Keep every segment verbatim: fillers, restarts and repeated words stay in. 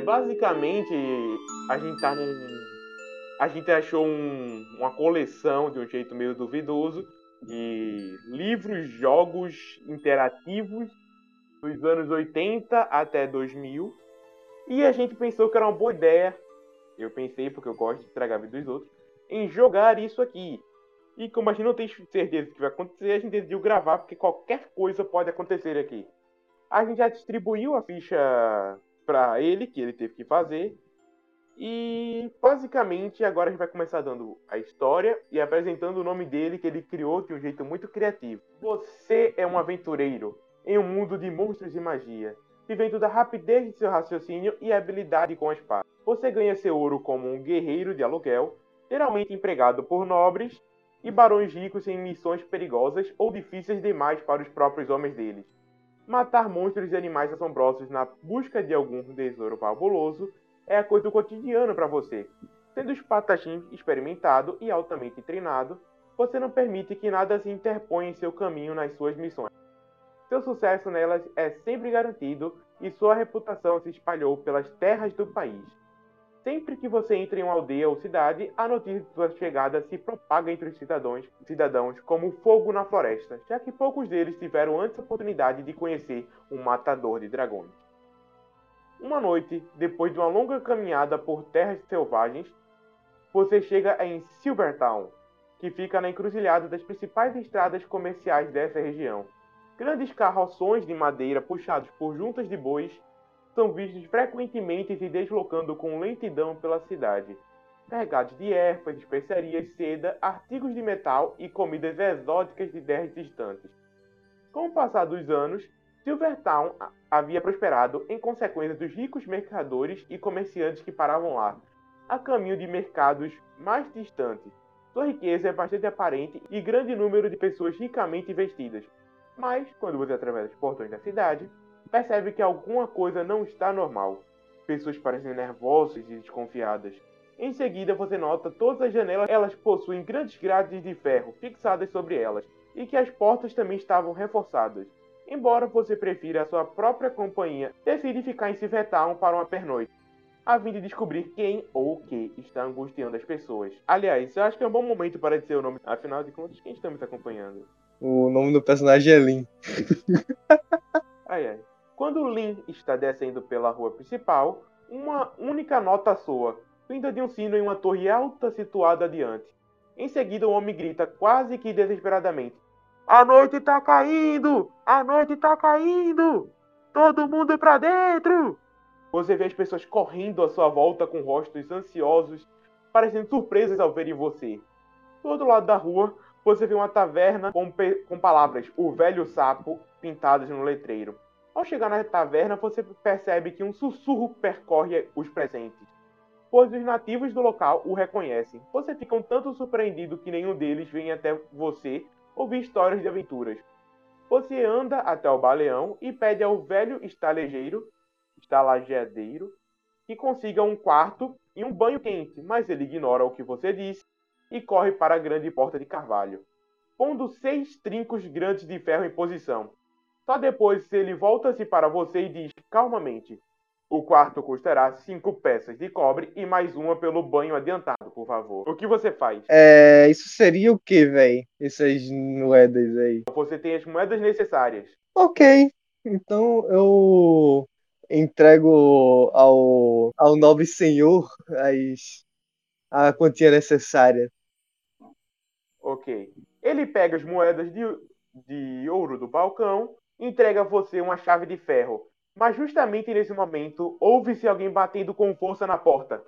Basicamente, a gente tá num. A gente achou um- uma coleção de um jeito meio duvidoso de livros, jogos interativos dos anos oitenta até dois mil. E a gente pensou que era uma boa ideia. Eu pensei, porque eu gosto de estragar a vida dos outros, em jogar isso aqui. E como a gente não tem certeza do que vai acontecer, a gente decidiu gravar, porque qualquer coisa pode acontecer aqui. A gente já distribuiu a ficha para ele, que ele teve que fazer. E basicamente agora a gente vai começar dando a história e apresentando o nome dele, que ele criou de um jeito muito criativo. Você é um aventureiro em um mundo de monstros e magia, vivendo da rapidez de seu raciocínio e habilidade com a espada. Você ganha seu ouro como um guerreiro de aluguel, geralmente empregado por nobres e barões ricos em missões perigosas ou difíceis demais para os próprios homens deles. Matar monstros e animais assombrosos na busca de algum tesouro fabuloso é a coisa do cotidiano para você. Sendo espadachim experimentado e altamente treinado, você não permite que nada se interponha em seu caminho nas suas missões. Seu sucesso nelas é sempre garantido e sua reputação se espalhou pelas terras do país. Sempre que você entra em uma aldeia ou cidade, a notícia de sua chegada se propaga entre os cidadãos, cidadãos como fogo na floresta, já que poucos deles tiveram antes a oportunidade de conhecer um matador de dragões. Uma noite, depois de uma longa caminhada por terras selvagens, você chega em Silvertown, que fica na encruzilhada das principais estradas comerciais dessa região. Grandes carroções de madeira puxados por juntas de bois são vistos frequentemente se deslocando com lentidão pela cidade, carregados de ervas, especiarias, seda, artigos de metal e comidas exóticas de terras distantes. Com o passar dos anos, Silvertown havia prosperado em consequência dos ricos mercadores e comerciantes que paravam lá, a caminho de mercados mais distantes. Sua riqueza é bastante aparente e grande número de pessoas ricamente vestidas. Mas, quando você atravessa os portões da cidade, percebe que alguma coisa não está normal. Pessoas parecem nervosas e desconfiadas. Em seguida, você nota todas as janelas, elas possuem grandes grades de ferro fixadas sobre elas, e que as portas também estavam reforçadas. Embora você prefira a sua própria companhia, decide ficar em Silvertown para uma pernoite, a fim de descobrir quem ou o que está angustiando as pessoas. Aliás, eu acho que é um bom momento para dizer o nome, afinal de contas, quem estamos acompanhando? O nome do personagem é Lin. Ai, ai. Quando Lin está descendo pela rua principal, uma única nota soa, vinda de um sino em uma torre alta situada adiante. Em seguida, o homem grita quase que desesperadamente: "A noite está caindo! A noite está caindo! Todo mundo para dentro!" Você vê as pessoas correndo à sua volta com rostos ansiosos, parecendo surpresas ao verem você. Do outro lado da rua, você vê uma taverna com, com palavras "O Velho Sapo" pintadas no letreiro. Ao chegar na taverna, você percebe que um sussurro percorre os presentes, pois os nativos do local o reconhecem. Você fica um tanto surpreendido que nenhum deles vem até você ouvir histórias de aventuras. Você anda até o baleão e pede ao velho estalejeiro, estalajadeiro, que consiga um quarto e um banho quente, mas ele ignora o que você disse e corre para a grande porta de carvalho, pondo seis trincos grandes de ferro em posição. Só depois ele volta-se para você e diz calmamente: "O quarto custará cinco peças de cobre e mais uma pelo banho adiantado, por favor." O que você faz? É, isso seria o que, velho? Essas moedas aí. Você tem as moedas necessárias. Ok, então eu entrego ao, ao nobre senhor as, a quantia necessária. Ok. Ele pega as moedas de, de ouro do balcão e entrega a você uma chave de ferro. Mas justamente nesse momento, ouve-se alguém batendo com força na porta.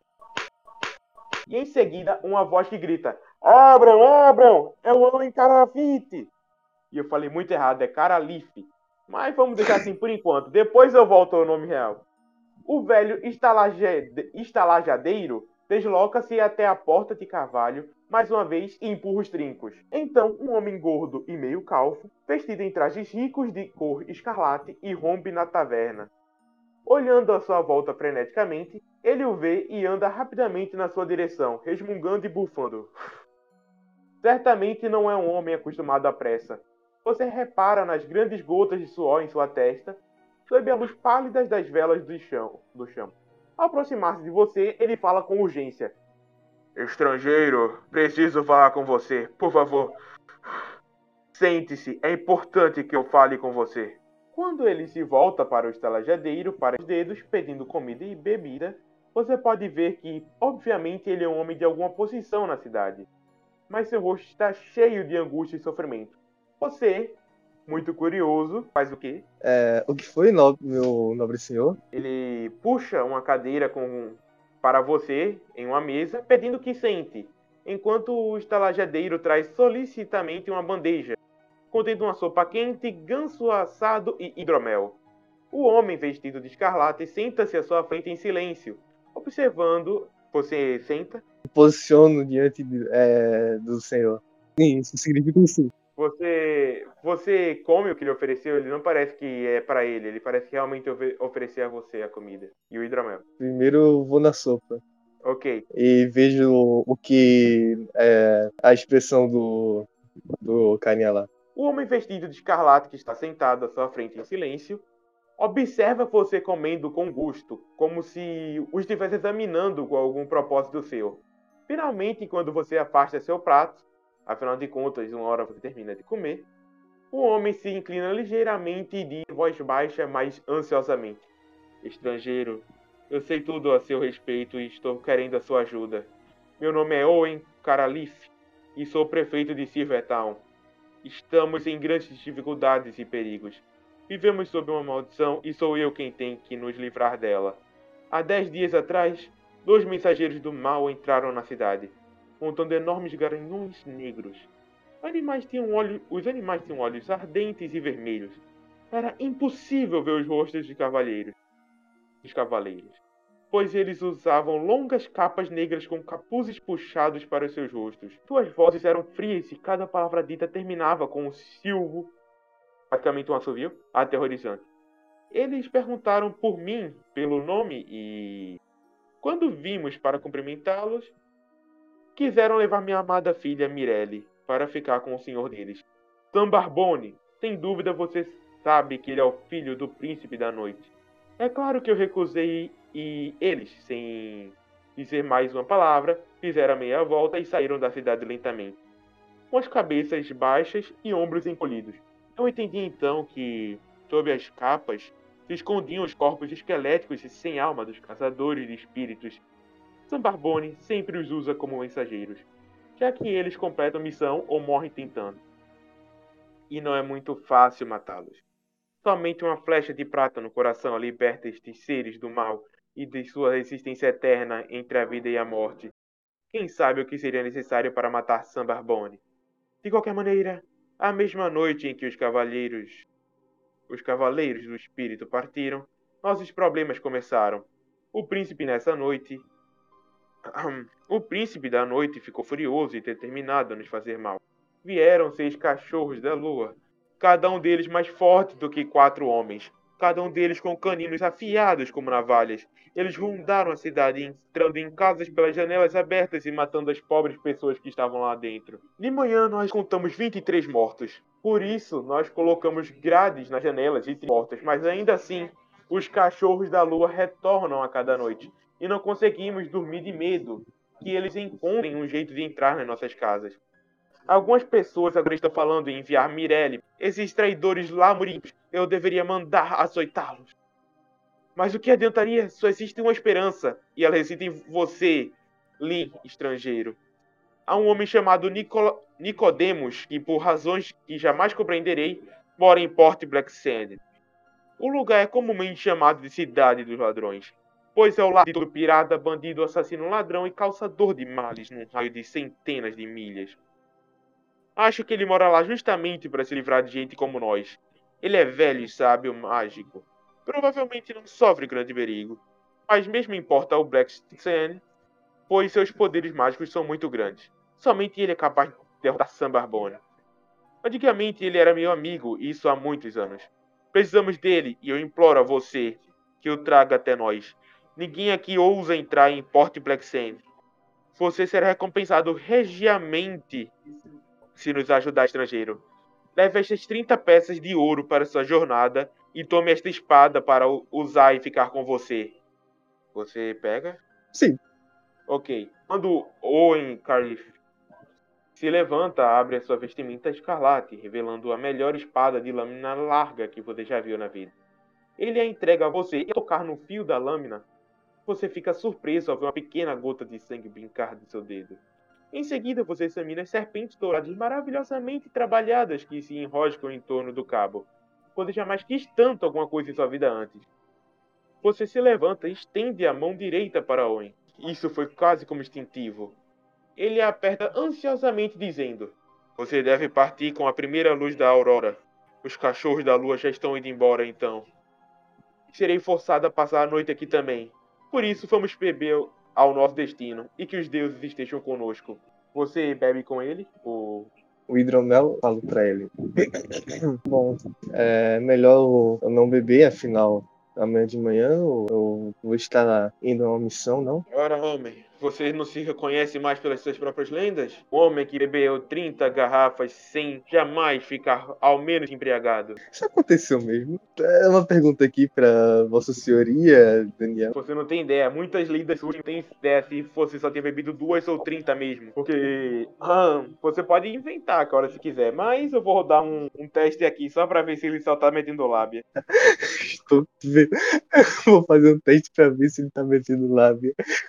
E em seguida, uma voz que grita: "Abram, abram! É o homem Carafite!" E eu falei muito errado, é Caralife. Mas vamos deixar assim por enquanto. Depois eu volto ao nome real. O velho estalajadeiro desloca-se até a porta de carvalho mais uma vez e empurra os trincos. Então, um homem gordo e meio calvo, vestido em trajes ricos de cor escarlate, irrompe na taverna. Olhando à sua volta freneticamente, ele o vê e anda rapidamente na sua direção, resmungando e bufando. Certamente não é um homem acostumado à pressa. Você repara nas grandes gotas de suor em sua testa, sob a luz pálida das velas do chão. Do chão. Ao aproximar-se de você, ele fala com urgência. Estrangeiro, preciso falar com você. Por favor, sente-se. É importante que eu fale com você. Quando ele se volta para o estalajadeiro, para os dedos, pedindo comida e bebida, você pode ver que, obviamente, ele é um homem de alguma posição na cidade. Mas seu rosto está cheio de angústia e sofrimento. Você, muito curioso, faz o quê? É, o que foi, no- meu nobre senhor? Ele puxa uma cadeira com, para você em uma mesa, pedindo que sente, enquanto o estalajadeiro traz solicitamente uma bandeja, contendo uma sopa quente, ganso assado e hidromel. O homem vestido de escarlate senta-se à sua frente em silêncio, observando. Você senta? Me posiciono diante de- é, do senhor. Sim, isso significa isso. Você, você come o que ele ofereceu? Ele não parece que é para ele. Ele parece realmente ofe- oferecer a você a comida e o hidromel. Primeiro eu vou na sopa Ok. e vejo o que é a expressão do, do carinha lá. O homem vestido de escarlate que está sentado à sua frente em silêncio observa você comendo com gosto, como se o estivesse examinando com algum propósito seu. Finalmente, quando você afasta seu prato, afinal de contas, uma hora você termina de comer, o homem se inclina ligeiramente e diz em voz baixa, mas ansiosamente: Estrangeiro, eu sei tudo a seu respeito e estou querendo a sua ajuda. Meu nome é Owen Caralife e sou prefeito de Silvertown. Estamos em grandes dificuldades e perigos. Vivemos sob uma maldição e sou eu quem tem que nos livrar dela. Há dez dias atrás, dois mensageiros do mal entraram na cidade, montando enormes garanhões negros. Animais tinham olhos, os animais tinham olhos ardentes e vermelhos. Era impossível ver os rostos de cavalheiros, dos cavaleiros, pois eles usavam longas capas negras com capuzes puxados para os seus rostos. Suas vozes eram frias e cada palavra dita terminava com um silvo, praticamente um assovio, aterrorizante. Eles perguntaram por mim, pelo nome, e quando vimos para cumprimentá-los, quiseram levar minha amada filha Mirelle para ficar com o senhor deles. Sam Barbone, sem dúvida você sabe que ele é o filho do príncipe da noite. É claro que eu recusei e eles, sem dizer mais uma palavra, fizeram a meia volta e saíram da cidade lentamente, com as cabeças baixas e ombros encolhidos. Eu entendi então que, sob as capas, se escondiam os corpos esqueléticos e sem alma dos caçadores de espíritos. Sam Barbone sempre os usa como mensageiros, já que eles completam missão ou morrem tentando. E não é muito fácil matá-los. Somente uma flecha de prata no coração liberta estes seres do mal e de sua resistência eterna entre a vida e a morte. Quem sabe o que seria necessário para matar Sam Barbone? De qualquer maneira, a mesma noite em que os cavaleiros, os cavaleiros do espírito partiram, nossos problemas começaram. O príncipe nessa noite, o príncipe da noite ficou furioso e determinado a nos fazer mal. Vieram seis cachorros da lua, cada um deles mais forte do que quatro homens, cada um deles com caninos afiados como navalhas. Eles rondaram a cidade, entrando em casas pelas janelas abertas e matando as pobres pessoas que estavam lá dentro. De manhã nós contamos vinte e três mortos. Por isso, nós colocamos grades nas janelas e portas, mas ainda assim, os cachorros da lua retornam a cada noite. E não conseguimos dormir de medo que eles encontrem um jeito de entrar nas nossas casas. Algumas pessoas agora estão falando em enviar Mirelle. Esses traidores lamurinos, eu deveria mandar açoitá-los. Mas o que adiantaria? Só existe uma esperança, e ela reside em você, Lee, estrangeiro. Há um homem chamado Nico Nicodemos, que por razões que jamais compreenderei, mora em Port Black Sand. O lugar é comumente chamado de Cidade dos Ladrões, pois é o lar de todo pirata, bandido, assassino, ladrão e calçador de males num raio de centenas de milhas. Acho que ele mora lá justamente para se livrar de gente como nós. Ele é velho e sábio mágico. Provavelmente não sofre grande perigo, mas mesmo importa o Black Sand, pois seus poderes mágicos são muito grandes. Somente ele é capaz de derrotar Sam Barbone. Antigamente ele era meu amigo, e isso há muitos anos. Precisamos dele, e eu imploro a você que o traga até nós. Ninguém aqui ousa entrar em Port Black Sand. Você será recompensado regiamente se nos ajudar, estrangeiro. Leve estas trinta peças de ouro para sua jornada e tome esta espada para usar e ficar com você. Você pega? Sim. Ok. Quando Owen Carif se levanta, abre a sua vestimenta escarlate, revelando a melhor espada de lâmina larga que você já viu na vida. Ele a entrega a você e, ao tocar no fio da lâmina, você fica surpreso ao ver uma pequena gota de sangue brincar do seu dedo. Em seguida, você examina as serpentes douradas maravilhosamente trabalhadas que se enroscam em torno do cabo. Você jamais quis tanto alguma coisa em sua vida antes. Você se levanta e estende a mão direita para Owen. Isso foi quase como instintivo. Ele a aperta ansiosamente, dizendo: Você deve partir com a primeira luz da aurora. Os cachorros da lua já estão indo embora, então. Serei forçado a passar a noite aqui também. Por isso, vamos beber ao nosso destino e que os deuses estejam conosco. Você bebe com ele? Ou... O hidromel, falo pra ele. Bom, é melhor eu não beber, afinal, amanhã de manhã eu, eu vou estar indo a uma missão, não? Ora, homem, você não se reconhece mais pelas suas próprias lendas? O homem que bebeu trinta garrafas sem jamais ficar ao menos embriagado. Isso aconteceu mesmo? É uma pergunta aqui pra Vossa Senhoria, Daniel. Você não tem ideia, muitas lendas surgem, não tem ideia se você só ter bebido duas ou trinta mesmo. Porque hum, você pode inventar, cara, se quiser. Mas eu vou rodar um, um teste aqui só pra ver se ele só tá metendo lábia. Estou vendo. Vou fazer um teste pra ver se ele tá metendo lábia.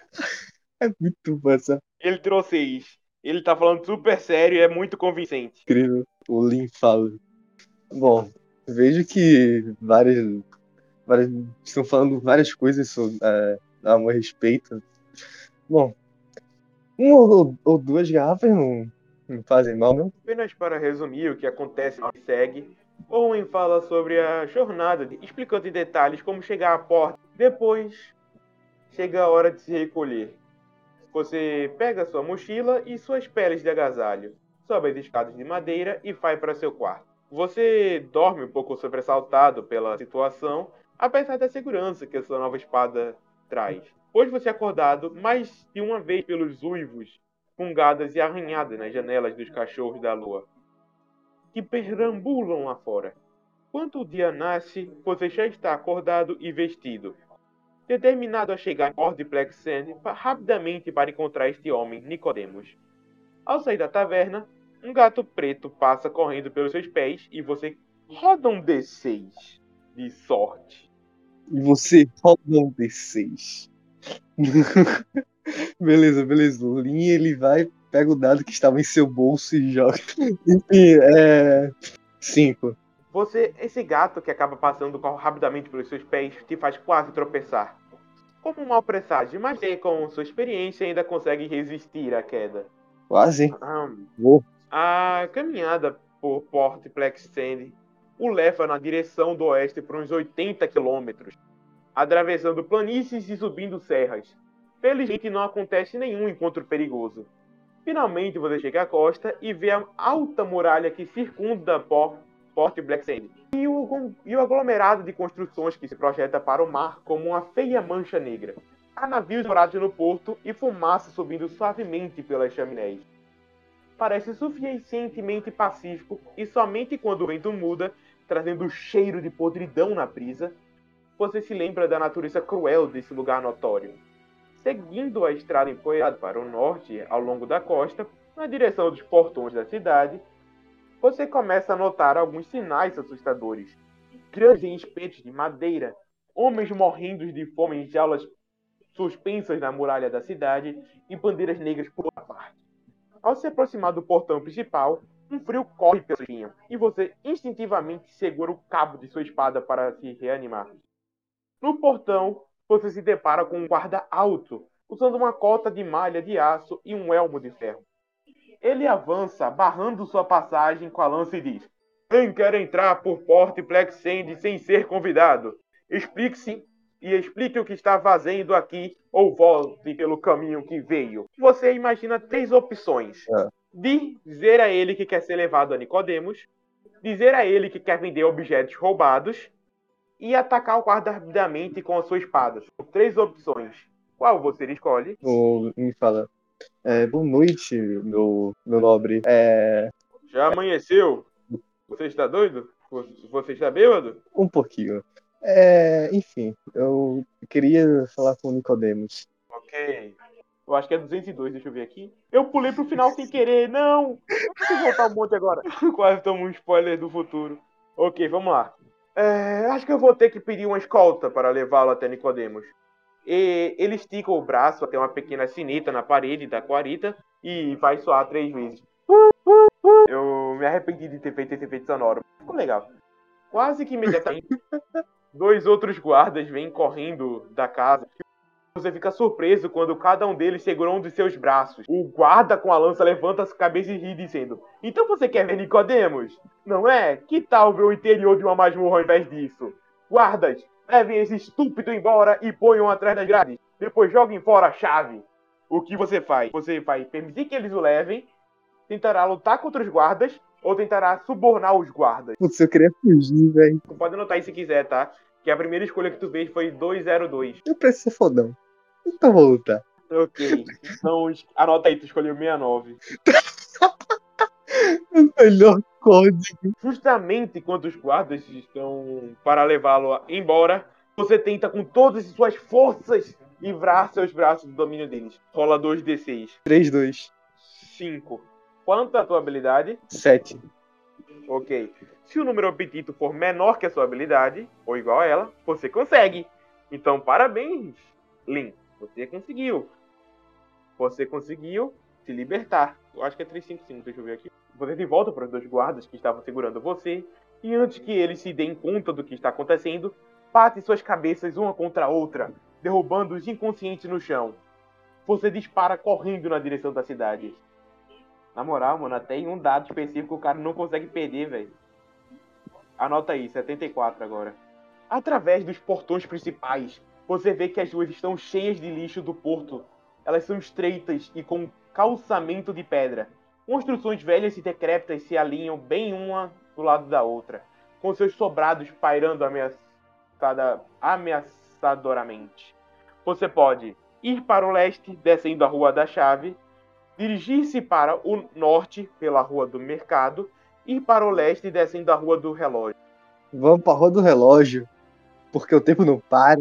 É muito massa. Ele tirou seis. Ele tá falando super sério e é muito convincente. Incrível. O Lin fala. Bom, vejo que várias, várias estão falando várias coisas sobre, é, a meu respeito. Bom, uma ou, ou duas garrafas não, não fazem mal, não? Apenas para resumir o que acontece e segue, Owen fala sobre a jornada, explicando em detalhes como chegar à porta. Depois, chega a hora de se recolher. Você pega sua mochila e suas peles de agasalho, sobe as escadas de madeira e vai para seu quarto. Você dorme um pouco sobressaltado pela situação, apesar da segurança que a sua nova espada traz. Hoje você é acordado mais de uma vez pelos uivos, fungadas e arranhadas nas janelas dos cachorros da lua, que perambulam lá fora. Quando o dia nasce, você já está acordado e vestido, determinado a chegar em Port de Black Sand rapidamente para encontrar este homem, Nicodemos. Ao sair da taverna, um gato preto passa correndo pelos seus pés e você roda um D seis de sorte. E você roda um D seis. Beleza, beleza. O Lin, ele vai, pega o dado que estava em seu bolso e joga. Enfim, é... Cinco. Você, esse gato que acaba passando rapidamente pelos seus pés, te faz quase tropeçar. Como um mau presságio, mas ele, com sua experiência, ainda consegue resistir à queda. Quase. Hum. Vou. A caminhada por Port Black Sand o leva na direção do oeste por uns oitenta quilômetros, atravessando planícies e subindo serras. Felizmente não acontece nenhum encontro perigoso. Finalmente você chega à costa e vê a alta muralha que circunda Port, Port Black Sand e o, e o aglomerado de construções que se projeta para o mar como uma feia mancha negra. Há navios dourados no porto e fumaça subindo suavemente pelas chaminés. Parece suficientemente pacífico e somente quando o vento muda, trazendo o cheiro de podridão na brisa, você se lembra da natureza cruel desse lugar notório. Seguindo a estrada empoeirada para o norte, ao longo da costa, na direção dos portões da cidade, você começa a notar alguns sinais assustadores. Grandes espetos de madeira, homens morrendo de fome em jaulas suspensas na muralha da cidade e bandeiras negras por toda parte. Ao se aproximar do portão principal, um frio corre pela espinha e você instintivamente segura o cabo de sua espada para se reanimar. No portão, você se depara com um guarda alto, usando uma cota de malha de aço e um elmo de ferro. Ele avança, barrando sua passagem com a lança e diz: Quem quer entrar por Port Black Sand sem ser convidado? Explique-se e explique o que está fazendo aqui ou volte pelo caminho que veio. Você imagina três opções. É. Dizer a ele que quer ser levado a Nicodemos, dizer a ele que quer vender objetos roubados e atacar o guarda rapidamente com a sua espada. São três opções. Qual você escolhe? O me fala. É, boa noite, meu, meu nobre. É, Já amanheceu? Você está doido? Você está bêbado? um pouquinho. É, enfim, eu queria falar com o Nicodemus. Ok. Eu acho que é duzentos e dois, deixa eu ver aqui. Eu pulei pro final sem querer, não! Tem que voltar um monte agora. Quase tomo um spoiler do futuro. Ok, vamos lá. É, acho que eu vou ter que pedir uma escolta para levá-lo até Nicodemos. E ele estica o braço até uma pequena sineta na parede da guarita e vai soar três vezes. Eu me arrependi de ter feito esse efeito sonoro. Ficou legal. Quase que imediatamente, dois outros guardas vêm correndo da casa. Você fica surpreso quando cada um deles segura um de seus braços. O guarda com a lança levanta a cabeça e ri, dizendo: Então você quer ver Nicodemos? Não é? Que tal ver o interior de uma masmorra ao invés disso? Guardas, levem esse estúpido embora e ponham atrás das grades. Depois joguem fora a chave. O que você faz? Você vai permitir que eles o levem, tentará lutar contra os guardas ou tentará subornar os guardas? Putz, eu queria fugir, velho. Tu pode anotar aí se quiser, tá? Que a primeira escolha que tu fez foi dois zero dois. Eu preciso ser fodão. Então vou lutar. Ok, então anota aí, tu escolheu sessenta e nove. O melhor código. Justamente quando os guardas estão para levá-lo embora, você tenta com todas as suas forças livrar seus braços do domínio deles. Rola dois d seis. três, dois. cinco. Quanto a tua habilidade? sete. Ok. Se o número obtido for menor que a sua habilidade, ou igual a ela, você consegue. Então, parabéns, Lin. Você conseguiu. Você conseguiu se libertar. Eu acho que é trezentos e cinquenta e cinco, deixa eu ver aqui. Você se volta para os dois guardas que estavam segurando você, e antes que eles se deem conta do que está acontecendo, bate suas cabeças uma contra a outra, derrubando-os inconscientes no chão. Você dispara correndo na direção da cidade. Na moral, mano, até em um dado específico o cara não consegue perder, velho. Anota aí, setenta e quatro agora. Através dos portões principais, você vê que as ruas estão cheias de lixo do porto. Elas são estreitas e com calçamento de pedra. Construções velhas e decrépitas se alinham bem uma do lado da outra, com seus sobrados pairando ameaçada, ameaçadoramente. Você pode ir para o leste, descendo a Rua da Chave, dirigir-se para o norte, pela Rua do Mercado, ir para o leste, descendo a Rua do Relógio. Vamos pra Rua do Relógio, porque o tempo não para.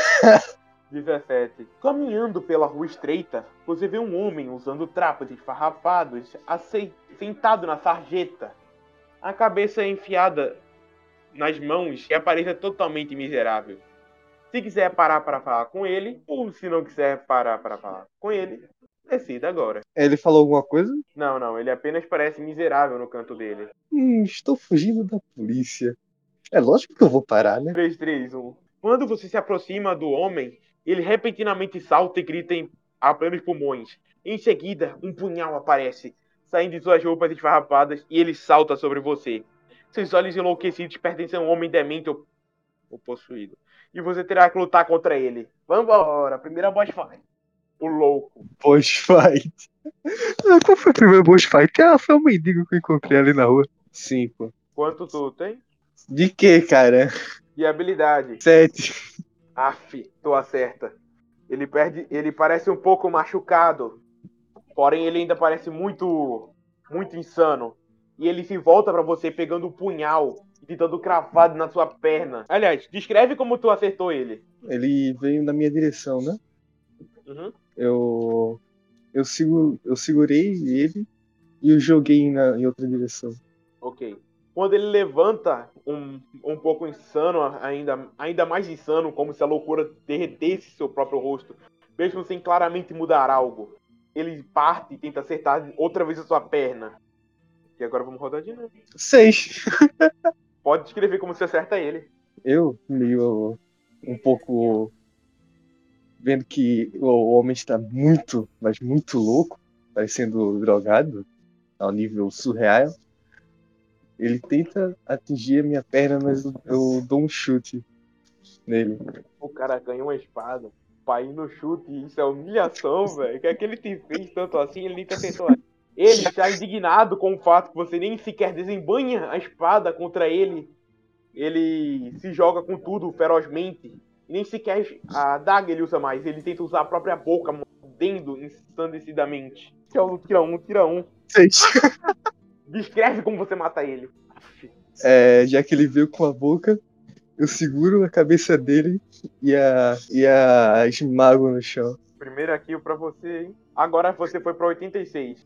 dezessete. Caminhando pela rua estreita, você vê um homem usando trapos esfarrapados, sentado na sarjeta, a cabeça enfiada nas mãos e a aparência totalmente miserável. Se quiser parar para falar com ele, ou se não quiser parar para falar com ele, decida agora. Ele falou alguma coisa? Não, não, ele apenas parece miserável no canto dele. Hum, estou fugindo da polícia. É lógico que eu vou parar, né? três, três, um. Quando você se aproxima do homem, ele repentinamente salta e grita em, a plenos pulmões. Em seguida, um punhal aparece, saindo de suas roupas esfarrapadas, e ele salta sobre você. Seus olhos enlouquecidos pertencem a um homem demente ou, ou possuído. E você terá que lutar contra ele. Vambora, primeira boss fight. O louco. Boss fight. Ah, qual foi o primeiro boss fight? Ah, foi o mendigo que eu encontrei ali na rua. Cinco. Quanto tu tem? De que, cara? E habilidade? Sete. Aff, tu acerta. Ele perde, ele parece um pouco machucado, porém ele ainda parece muito, muito insano. E ele se volta pra você pegando o punhal e tentando cravar na sua perna. Aliás, descreve como tu acertou ele. Ele veio na minha direção, né? Uhum. Eu, eu, seguro, eu segurei ele e o joguei na, em outra direção. Ok. Quando ele levanta, um, um pouco insano, ainda, ainda mais insano, como se a loucura derretesse seu próprio rosto, mesmo sem claramente mudar algo. Ele parte e tenta acertar outra vez a sua perna. E agora vamos rodar de novo. Seis. Pode descrever como você acerta ele. Eu, meio um pouco vendo que o homem está muito, mas muito louco, parecendo drogado, ao nível surreal. Ele tenta atingir a minha perna, mas eu, eu dou um chute nele. O cara ganha uma espada pra ir no chute. Isso é humilhação, velho. O que é que ele te fez tanto assim? Ele nem te acertou. Ele está indignado com o fato que você nem sequer desembanha a espada contra ele. Ele se joga com tudo ferozmente. E nem sequer a daga ele usa mais. Ele tenta usar a própria boca, mordendo ensandecidamente. Tira um, tira um. Seis. Descreve como você mata ele. É, já que ele veio com a boca, Eu seguro a cabeça dele e a, e a esmago no chão. Primeiro aqui pra você, hein? Agora você foi pra oitenta e seis.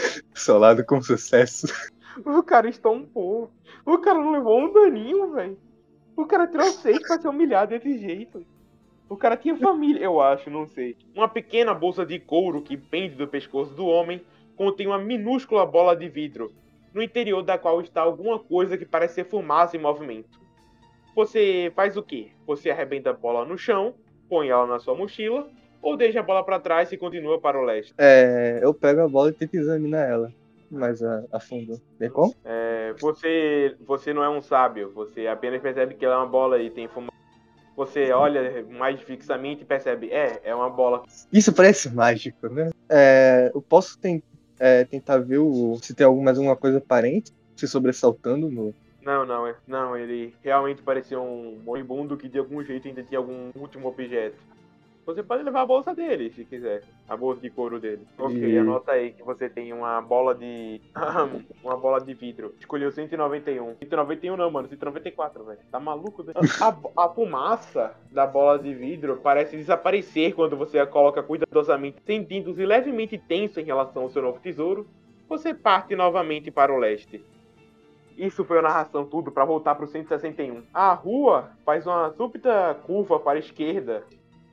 Solado com sucesso. O cara estompou. O cara não levou um daninho, velho. O cara tirou seis pra ser humilhado desse jeito. O cara tinha família, eu acho, não sei. Uma pequena bolsa de couro que pende do pescoço do homem contém uma minúscula bola de vidro, no interior da qual está alguma coisa que parece ser fumaça em movimento. Você faz o quê? Você arrebenta a bola no chão, põe ela na sua mochila, ou deixa a bola para trás e continua para o leste? É, eu pego a bola e tento examinar ela mais a, a fundo. Tem como? É, você, você não é um sábio, você apenas percebe que ela é uma bola e tem fumaça. Você olha mais fixamente e percebe, é, é uma bola. Isso parece mágico, né? É, eu posso ten- é, tentar ver o- se tem algum, mais alguma coisa aparente se sobressaltando no. Não, não, é- não, ele realmente parecia um moribundo que de algum jeito ainda tinha algum último objeto. Você pode levar a bolsa dele, se quiser. A bolsa de couro dele. Ok, E anota aí que você tem uma bola de. uma bola de vidro. Escolheu cento e noventa e um. cento e noventa e um não, mano. cento e noventa e quatro, velho. Tá maluco? Né? A, a fumaça da bola de vidro parece desaparecer quando você a coloca cuidadosamente, sentindo-se levemente tenso em relação ao seu novo tesouro. Você parte novamente para o leste. Isso foi a narração tudo para voltar para o cento e sessenta e um. A rua faz uma súbita curva para a esquerda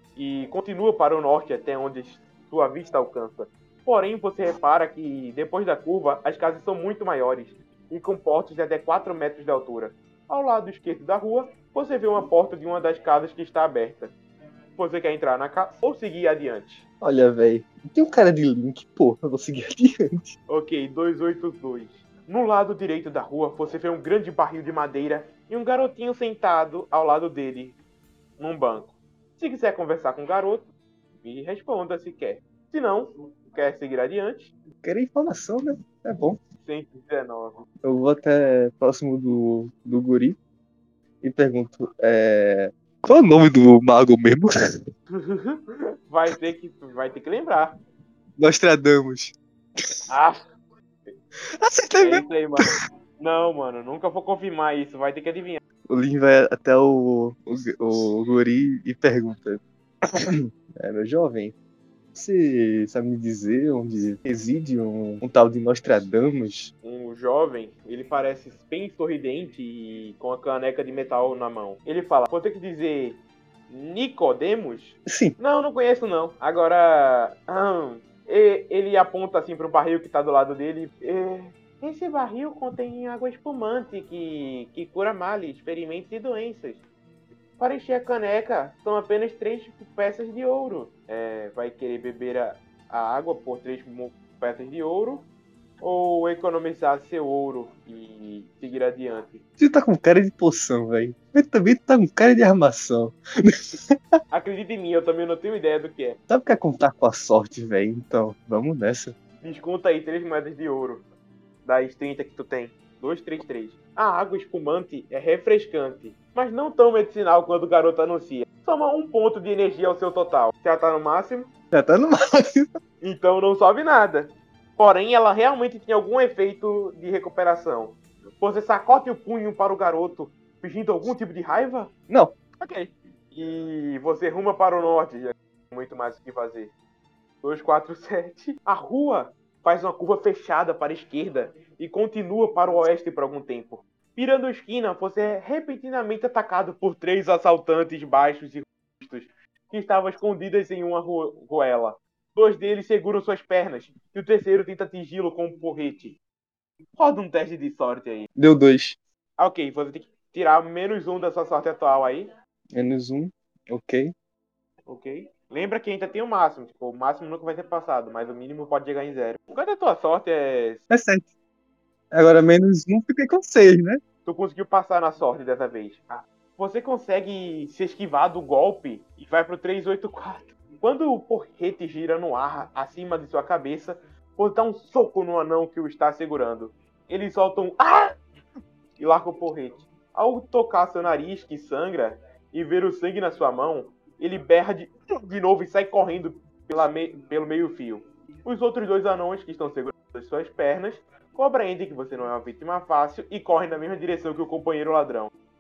e continua para o norte até onde sua vista alcança. Porém, você repara que depois da curva as casas são muito maiores e com portas de até quatro metros de altura. Ao lado esquerdo da rua, você vê uma porta de uma das casas que está aberta. Você quer entrar na casa ou seguir adiante? olha, velho, tem um cara de link, porra, eu vou seguir adiante. Ok, duzentos e oitenta e dois. No lado direito da rua, você vê um grande barril de madeira e um garotinho sentado ao lado dele, num banco. Se quiser conversar com o garoto, me responda se quer. Se não, quer seguir adiante, Quero informação, né? É bom. cento e dezenove. Eu vou até próximo do, do guri e pergunto, é... qual é o nome do mago mesmo? vai ter que vai ter que lembrar. Nostradamus. Ah, Acertei é mesmo. isso aí, mano. Não, mano, nunca vou confirmar isso, vai ter que adivinhar. O Lin vai até o, o, o guri e pergunta, é, meu jovem, você sabe me dizer onde reside um, um tal de Nostradamus? Um jovem, ele parece bem sorridente e com a caneca de metal na mão. Ele fala: vou ter que dizer Nicodemos? Sim. Não, não conheço não. Agora, ah, ele aponta assim pro barril que tá do lado dele. Esse barril contém água espumante que, que cura males, ferimentos e doenças. Para encher a caneca, são apenas três peças de ouro. É, vai querer beber a, a água por três peças de ouro ou economizar seu ouro e seguir adiante? Você tá com cara de poção, velho. Mas também tá com cara de armação. Acredite em mim, eu também não tenho ideia do que é. Sabe o que é contar com a sorte, velho? Então, vamos nessa. Desconta aí três moedas de ouro das trinta que tu tem. dois, três, três. A água espumante é refrescante, mas não tão medicinal quanto o garoto anuncia. Soma um ponto de energia ao seu total. Já tá no máximo? Já tá no máximo. Então não sobe nada. Porém, ela realmente tinha algum efeito de recuperação. Você sacode o punho para o garoto, fingindo algum tipo de raiva? Não. Ok. E você ruma para o norte, já tem muito mais o que fazer. dois, quatro, sete. A rua faz uma curva fechada para a esquerda e continua para o oeste por algum tempo. Virando a esquina, você é repentinamente atacado por três assaltantes baixos e robustos que estavam escondidos em uma ruela. Dois deles seguram suas pernas e o terceiro tenta atingi-lo com um porrete. Roda um teste de sorte aí. Deu dois. Ok, você tem que tirar menos um da sua sorte atual aí. Menos um. Ok. Ok? Lembra que ainda tem o máximo. Tipo, o máximo nunca vai ser passado, mas o mínimo pode chegar em zero. Quando a tua sorte é... É sete. Agora menos um, fiquei com seis, né? Tu conseguiu passar na sorte dessa vez. Ah. Você consegue se esquivar do golpe e vai pro três oito quatro. Quando o porrete gira no ar acima de sua cabeça, você dá um soco no anão que o está segurando. Ele solta um ah! E larga o porrete. Ao tocar seu nariz, que sangra, e ver o sangue na sua mão, ele berra de, de novo e sai correndo pela me, pelo meio fio. Os outros dois anões que estão segurando as suas pernas compreendem que você não é uma vítima fácil e correm na mesma direção que o companheiro ladrão.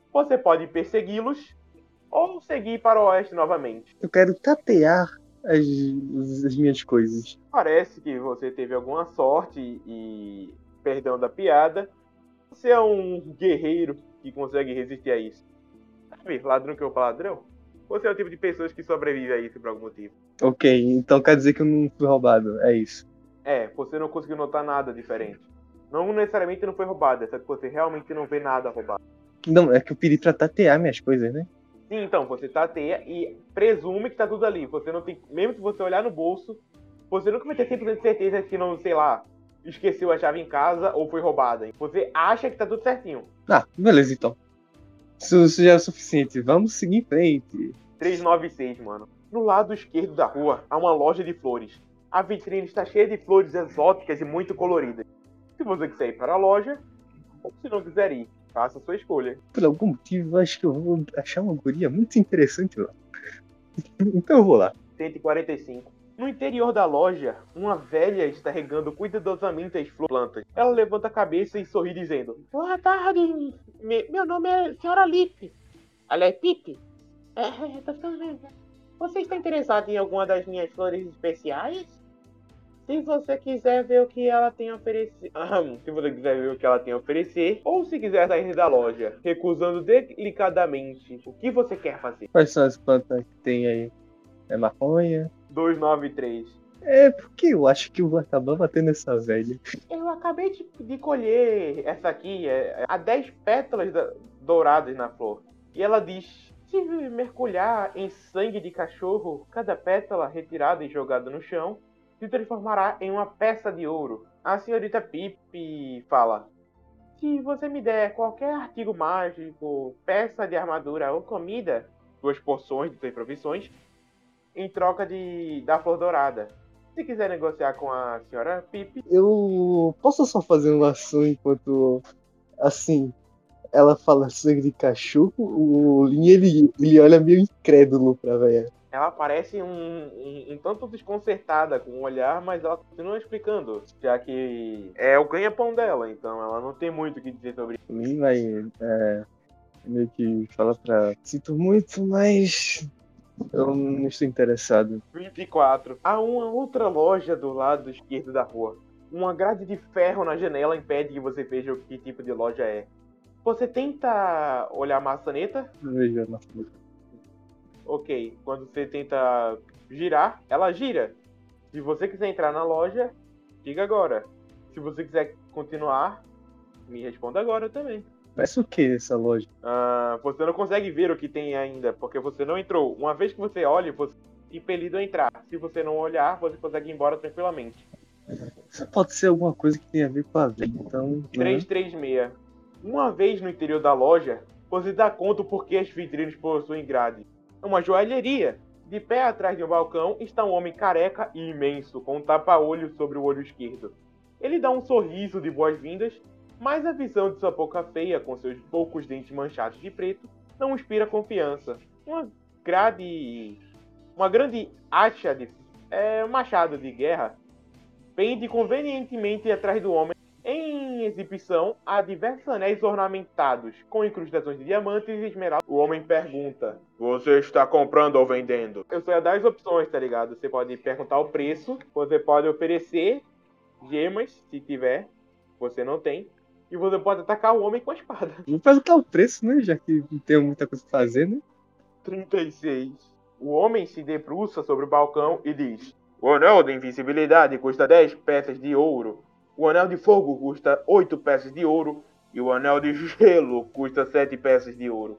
Você pode persegui-los ou seguir para o oeste novamente. Eu quero tatear as, as minhas coisas. Parece que você teve alguma sorte e, perdão da piada, você é um guerreiro que consegue resistir a isso. Sabe, ladrão que é o ladrão? Você é o tipo de pessoas que sobrevive a isso por algum motivo. Ok, então quer dizer que eu não fui roubado, é isso. É, você não conseguiu notar nada diferente. Não necessariamente não foi roubado, é só que você realmente não vê nada roubado. Não, é que eu pedi pra tatear minhas coisas, né? Sim, então, você tateia e presume que tá tudo ali. Você não tem. Mesmo que você olhar no bolso, você nunca vai ter cem por cento de certeza que não, sei lá, esqueceu a chave em casa ou foi roubada. Você acha que tá tudo certinho. Ah, beleza então. Isso, isso já é o suficiente. Vamos seguir em frente. trezentos e noventa e seis, mano. No lado esquerdo da rua há uma loja de flores. A vitrine está cheia de flores exóticas e muito coloridas. Se você quiser ir para a loja, ou se não quiser ir, faça a sua escolha. Por algum motivo, eu acho que eu vou achar uma guria muito interessante lá. Então eu vou lá. cento e quarenta e cinco. No interior da loja, uma velha está regando cuidadosamente as plantas. Ela levanta a cabeça e sorri dizendo: Boa tarde, me- meu nome é Senhora Lip. Aliás, Pipe. É, tô ficando... Você está interessado em alguma das minhas flores especiais? Se você quiser ver o que ela tem a oferecer... se você quiser ver o que ela tem a oferecer, ou se quiser sair da loja, recusando delicadamente o que você quer fazer. Quais são as plantas que tem aí? É maconha? duzentos e noventa e três. É, porque eu acho que eu vou acabar batendo essa velha. Eu acabei de, de colher essa aqui, é, há dez pétalas da- douradas na flor. E ela diz: se mergulhar em sangue de cachorro, cada pétala retirada e jogada no chão se transformará em uma peça de ouro. A senhorita Pipe fala: se você me der qualquer artigo mágico, peça de armadura ou comida, duas porções de suas provisões, em troca de, da flor dourada. Se quiser negociar com a senhora Pipe, Eu posso só fazer uma ação enquanto, assim, ela fala sangue de cachorro? O Lin, ele, ele olha meio incrédulo pra velha. ela parece um, um, um tanto desconcertada com o olhar, mas ela continua explicando, já que é o ganha-pão dela, então ela não tem muito o que dizer sobre isso. O Lin vai é, meio que fala pra... Sinto muito, mas eu não estou interessado. vinte e quatro. Há uma outra loja do lado esquerdo da rua. Uma grade de ferro na janela impede que você veja o que tipo de loja é. Você tenta olhar a maçaneta. Veja na Ok. Quando você tenta girar, ela gira. Se você quiser entrar na loja, diga agora. Se você quiser continuar, me responda agora também. Parece o que essa loja? Ah, você não consegue ver o que tem ainda, porque você não entrou. Uma vez que você olha, você é impelido a entrar. Se você não olhar, você consegue ir embora tranquilamente. Isso pode ser alguma coisa que tem a ver com a velha, então... né? trezentos e trinta e seis. Uma vez no interior da loja, você dá conta por que as vitrines possuem grade. É uma joalheria. De pé atrás de um balcão está um homem careca e imenso, com um tapa-olho sobre o olho esquerdo. Ele dá um sorriso de boas-vindas, mas a visão de sua boca feia, com seus poucos dentes manchados de preto, não inspira confiança. Uma grade... Uma grande acha de... É, um machado de guerra pende convenientemente atrás do homem. Em exibição, há diversos anéis ornamentados com incrustações de diamantes e esmeraldas. O homem pergunta: você está comprando ou vendendo? Eu só ia dar as opções, tá ligado? Você pode perguntar o preço, você pode oferecer gemas, se tiver, você não tem, e você pode atacar o homem com a espada. Vou perguntar o preço, né? Já que não tem muita coisa pra fazer, né? trinta e seis. O homem se debruça sobre o balcão e diz: o anel de invisibilidade custa dez peças de ouro. O anel de fogo custa oito peças de ouro. E o anel de gelo custa sete peças de ouro.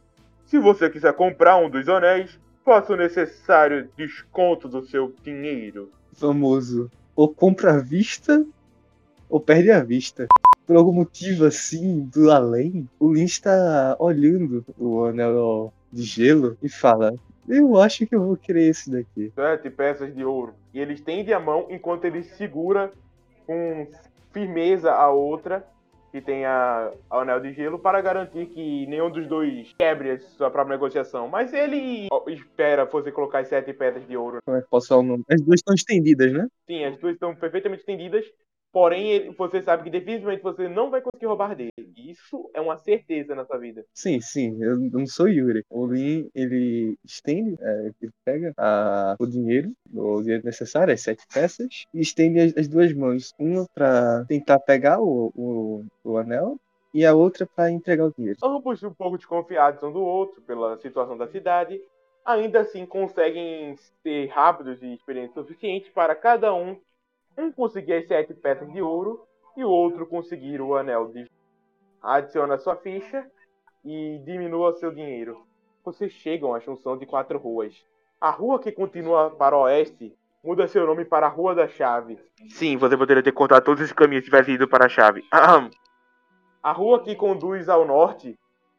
Se você quiser comprar um dos anéis, faça o necessário desconto do seu dinheiro. Famoso. Ou compra à vista, ou perde a vista. Por algum motivo assim, do além, o Lin está olhando o anel de gelo e fala: eu acho que eu vou querer esse daqui. Sete peças de ouro. E ele estende a mão enquanto ele segura com firmeza a outra, que tem a, a anel de gelo, para garantir que nenhum dos dois quebre a sua própria negociação. Mas ele espera você colocar as sete pedras de ouro. Como é que posso falar o nome? As duas estão estendidas, né? Sim, as duas estão perfeitamente estendidas. Porém, ele- você sabe que definitivamente você não vai conseguir roubar dele. Isso é uma certeza na sua vida. Sim, sim, eu não sou Yuri. O Lin, ele estende, é, ele pega a, o dinheiro, o dinheiro necessário, as sete peças, e estende as, as duas mãos. Uma para tentar pegar o, o, o anel e a outra para entregar o dinheiro. Ambos um pouco desconfiados um do outro pela situação da cidade, ainda assim conseguem ser rápidos e experientes o suficiente para cada um, um conseguir as sete peças de ouro e o outro conseguir o anel de... Adiciona sua ficha e diminua seu dinheiro. Vocês chegam à junção de quatro ruas. A rua que continua para o oeste muda seu nome para a Rua da Chave. Sim, você poderia ter cortado todos os caminhos se tivesse ido para a chave. A rua que conduz ao norte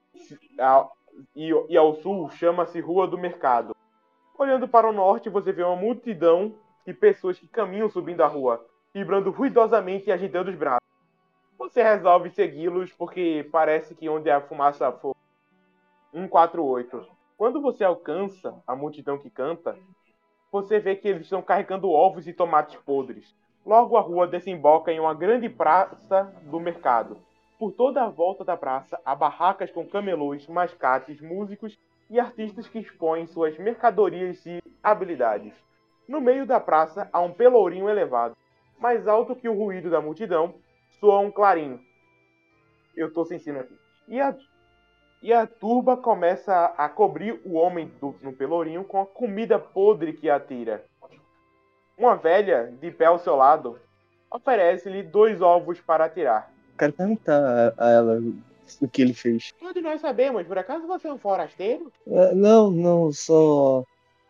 e ao sul chama-se Rua do Mercado. Olhando para o norte, você vê uma multidão de pessoas que caminham subindo a rua, vibrando ruidosamente e agitando os braços. Você resolve segui-los porque parece que onde a fumaça for cento e quarenta e oito. Quando você alcança a multidão que canta, você vê que eles estão carregando ovos e tomates podres. Logo a rua desemboca em uma grande praça do mercado. Por toda a volta da praça há barracas com camelôs, mascates, músicos e artistas que expõem suas mercadorias e habilidades. No meio da praça há um pelourinho elevado. Mais alto que o ruído da multidão, soa um clarim. Eu tô sem sino aqui. E a, e a turba começa a, a cobrir o homem do, no pelourinho com a comida podre que atira. Uma velha, de pé ao seu lado, oferece-lhe dois ovos para atirar. Quero perguntar a, a ela o que ele fez. Todos nós sabemos, por acaso você é um forasteiro? É, não, não, só.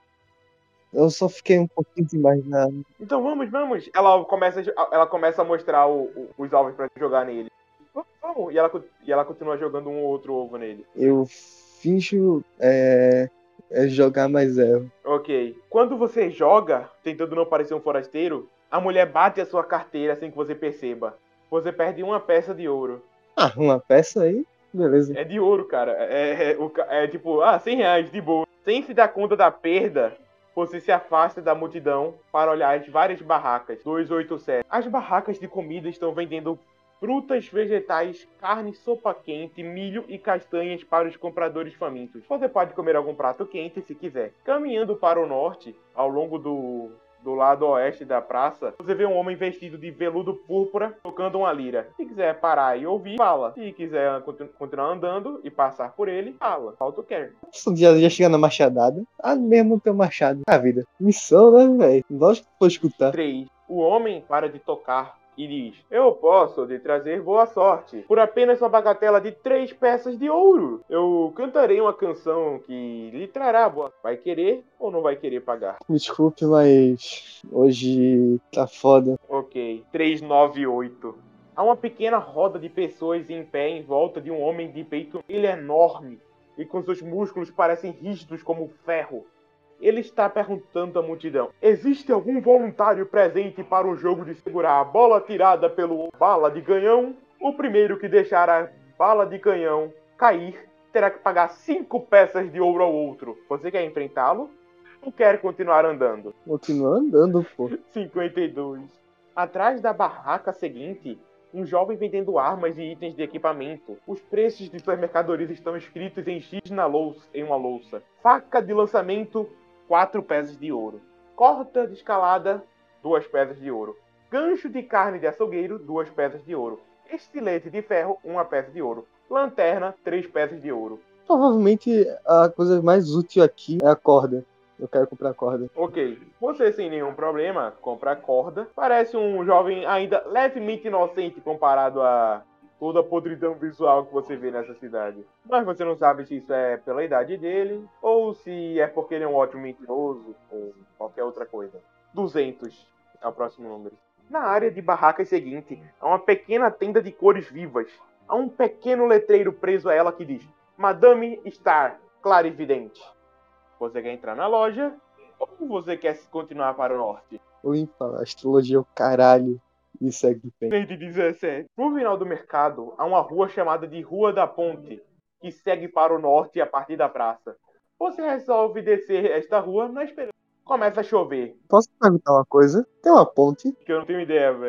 Eu só fiquei um pouquinho imaginando. Então vamos, vamos. Ela começa, ela começa a mostrar o, o, os ovos para jogar nele. Vamos. E ela, e ela continua jogando um ou outro ovo nele. Eu finjo é, é jogar mais erro. Ok. Quando você joga, tentando não parecer um forasteiro, a mulher bate a sua carteira sem que você perceba. Você perde uma peça de ouro. Ah, uma peça aí? Beleza. É de ouro, cara. É, é, é, é tipo, ah, cem reais, de boa. Sem se dar conta da perda, você se afasta da multidão para olhar as várias barracas. duzentos e oitenta e sete. As barracas de comida estão vendendo frutas, vegetais, carne, sopa quente, milho e castanhas para os compradores famintos. Você pode comer algum prato quente se quiser. Caminhando para o norte, ao longo do, do lado oeste da praça, você vê um homem vestido de veludo púrpura tocando uma lira. Se quiser parar e ouvir, fala. Se quiser continu- continuar andando e passar por ele, fala. Falta o quer. Já, já chega na machadada. Ah, mesmo teu machado. A vida. Missão, né, velho? Lógico que vou escutar. três. O homem para de tocar e diz: Eu posso lhe trazer boa sorte por apenas uma bagatela de três peças de ouro. Eu cantarei uma canção que lhe trará boa. Vai querer ou não vai querer pagar? Me desculpe, mas hoje tá foda. Ok, trezentos e noventa e oito. Há uma pequena roda de pessoas em pé em volta de um homem de peito ele é enorme e com seus músculos parecem rígidos como ferro. Ele está perguntando à multidão: existe algum voluntário presente para o jogo de segurar a bola tirada pelo bala de canhão? O primeiro que deixar a bala de canhão cair terá que pagar cinco peças de ouro ao outro. Você quer enfrentá-lo ou quer continuar andando? Continua andando, pô. cinquenta e dois. Atrás da barraca seguinte, um jovem vendendo armas e itens de equipamento. Os preços de suas mercadorias estão escritos em X na louça, em uma louça. Faca de lançamento, quatro peças de ouro. Corta de escalada, duas peças de ouro. Gancho de carne de açougueiro, duas peças de ouro. Estilete de ferro, uma peça de ouro. Lanterna, três peças de ouro. Provavelmente a coisa mais útil aqui é a corda. Eu quero comprar a corda. Ok, você sem nenhum problema compra a corda. Parece um jovem ainda levemente inocente comparado a toda a podridão visual que você vê nessa cidade. Mas você não sabe se isso é pela idade dele ou se é porque ele é um ótimo mentiroso ou qualquer outra coisa. duzentos é o próximo número. Na área de barracas seguinte, há uma pequena tenda de cores vivas. Há um pequeno letreiro preso a ela que diz: Madame Star, clarividente. Você quer entrar na loja ou você quer continuar para o norte? Limpa, astrologia é o caralho. E segue bem. cento e dezessete. No final do mercado, há uma rua chamada de Rua da Ponte, que segue para o norte a partir da praça. Você resolve descer esta rua na esperança. Começa a chover. Posso perguntar uma coisa? Tem uma ponte? Que eu não tenho ideia, velho.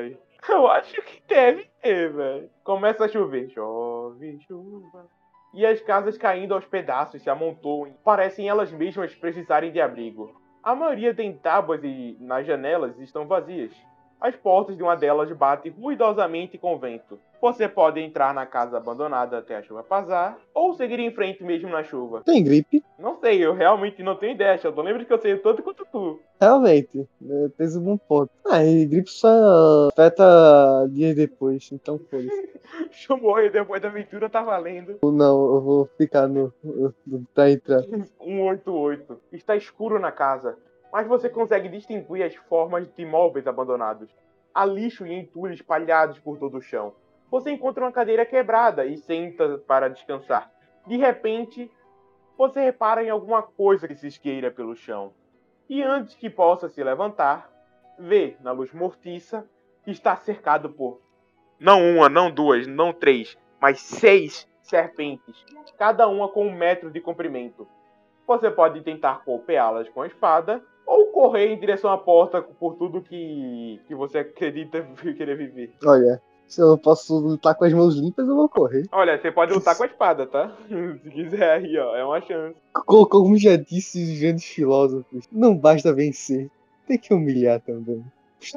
Eu acho que deve ter, velho. Começa a chover. Chove, chuva. E as casas caindo aos pedaços se amontoam. Parecem elas mesmas precisarem de abrigo. A maioria tem tábuas e nas janelas estão vazias. As portas de uma delas batem ruidosamente com o vento. Você pode entrar na casa abandonada até a chuva passar, ou seguir em frente mesmo na chuva. Tem gripe? Não sei, eu realmente não tenho ideia, Sheldon. Lembra que eu sei tanto quanto tu. Realmente, é, tens um bom ponto. Ah, e gripe só afeta dias depois, então foda-se. Chamou e depois da aventura tá valendo. Não, eu vou ficar no, no pra entrar. cento e oitenta e oito. Está escuro na casa, mas você consegue distinguir as formas de móveis abandonados. Há lixo e entulho espalhados por todo o chão. Você encontra uma cadeira quebrada e senta para descansar. De repente, você repara em alguma coisa que se esgueira pelo chão. E antes que possa se levantar, vê, na luz mortiça, que está cercado por não uma, não duas, não três, mas seis serpentes, cada uma com um metro de comprimento. Você pode tentar golpeá-las com a espada ou correr em direção à porta por tudo que, que você acredita querer viver. Olha, se eu não posso lutar com as mãos limpas, eu vou correr. Olha, você pode lutar com a espada, tá? Se quiser aí, ó, é uma chance. Co- Como já disse os grandes filósofos, não basta vencer, tem que humilhar também.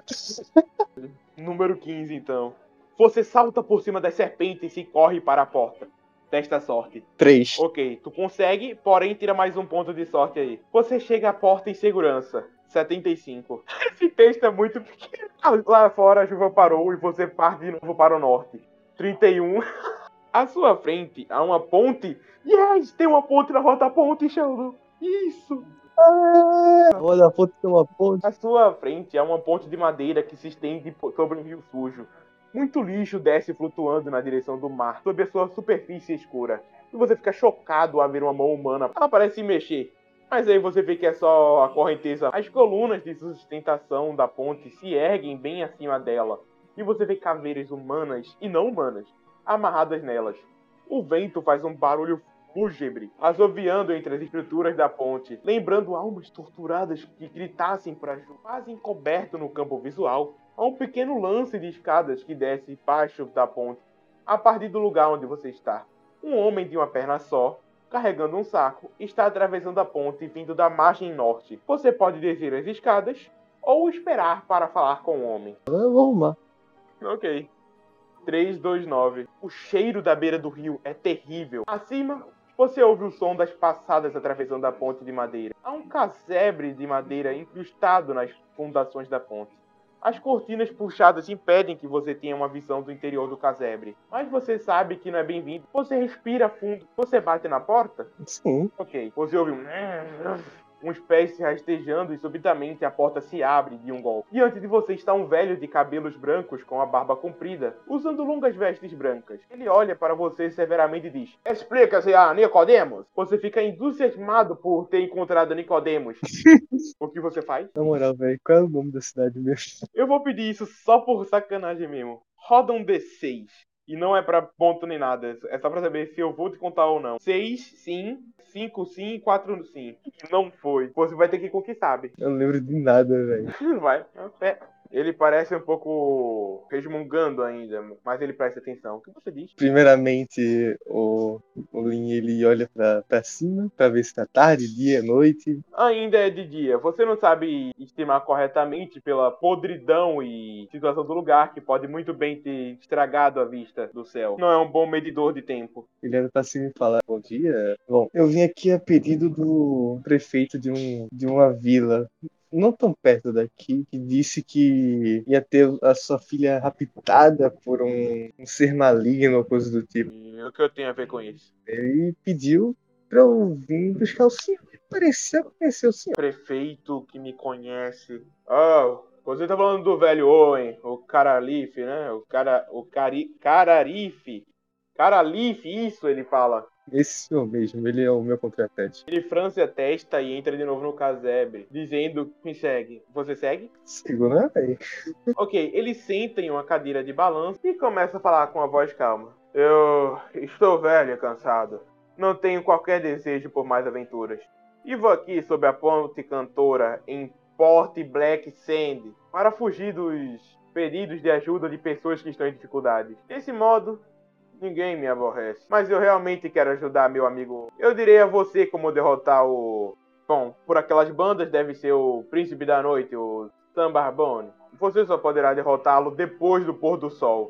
Número quinze, então. Você salta por cima das serpentes e corre para a porta. Testa a sorte. Três. Ok, tu consegue, porém tira mais um ponto de sorte aí. Você chega à porta em segurança. setenta e cinco. Esse texto é muito pequeno. Lá fora a chuva parou e você parte de novo para o norte. trinta e um. À sua frente há uma ponte. Yes, tem uma ponte na rota ponte, Sheldon. Isso. Olha, a ponte tem uma ponte. À sua frente há uma ponte de madeira que se estende sobre um rio sujo. Muito lixo desce flutuando na direção do mar, sob a sua superfície escura. E você fica chocado ao ver uma mão humana. Ela parece se mexer. Mas aí você vê que é só a correnteza. As colunas de sustentação da ponte se erguem bem acima dela. E você vê caveiras humanas e não humanas amarradas nelas. O vento faz um barulho fúnebre, assoviando entre as estruturas da ponte, lembrando almas torturadas que gritassem para ajuda. Quase encoberto no campo visual, há um pequeno lance de escadas que desce embaixo da ponte, a partir do lugar onde você está. Um homem de uma perna só, carregando um saco, está atravessando a ponte vindo da margem norte. Você pode descer as escadas ou esperar para falar com o homem. Eu vou arrumar. Ok. três, dois, nove. O cheiro da beira do rio é terrível. Acima, você ouve o som das passadas atravessando a ponte de madeira. Há um casebre de madeira incrustado nas fundações da ponte. As cortinas puxadas impedem que você tenha uma visão do interior do casebre. Mas você sabe que não é bem-vindo. Você respira fundo. Você bate na porta? Sim. Ok. Você ouve um... uns pés se rastejando e subitamente a porta se abre de um golpe. Diante de você está um velho de cabelos brancos com a barba comprida, usando longas vestes brancas. Ele olha para você severamente e diz: Explica-se a Nicodemos. Você fica entusiasmado por ter encontrado Nicodemos. O que você faz? Na moral, velho, qual é o nome da cidade mesmo? Eu vou pedir isso só por sacanagem mesmo. Roda um D seis. E não é pra ponto nem nada. É só pra saber se eu vou te contar ou não. seis, sim. cinco, sim. quatro, sim. Não foi. Você vai ter que ir com o que sabe. Eu não lembro de nada, velho. Vai. É. Ele parece um pouco resmungando ainda, mas ele presta atenção. O que você diz? Primeiramente, o, o Lin, ele olha pra, pra cima pra ver se tá tarde, dia, noite. Ainda é de dia. Você não sabe estimar corretamente pela podridão e situação do lugar, que pode muito bem ter estragado a vista do céu. Não é um bom medidor de tempo. Ele olha pra cima e fala: Bom dia. Bom, eu vim aqui a pedido do prefeito de, um, de uma vila não tão perto daqui, que disse que ia ter a sua filha raptada por um, um ser maligno ou coisa do tipo. E o que eu tenho a ver com isso? Ele pediu pra eu vir buscar o senhor. Parecia conhecer o senhor. Prefeito que me conhece. Oh, você tá falando do velho Owen, o Caralife, né? O cara, o cari, Cararife. Caralife, isso ele fala. Esse senhor mesmo, ele é o meu contratante. Ele franze a testa e entra de novo no casebre, dizendo: me segue. Você segue? Segura aí. Ok, ele senta em uma cadeira de balanço e começa a falar com a voz calma. Eu estou velho e cansado. Não tenho qualquer desejo por mais aventuras. Vivo aqui sob a ponte cantora em Port Black Sand para fugir dos pedidos de ajuda de pessoas que estão em dificuldade. Desse modo, ninguém me aborrece. Mas eu realmente quero ajudar meu amigo. Eu direi a você como derrotar o... Bom, por aquelas bandas deve ser o Príncipe da Noite, o Sam Barbone. Você só poderá derrotá-lo depois do pôr do sol.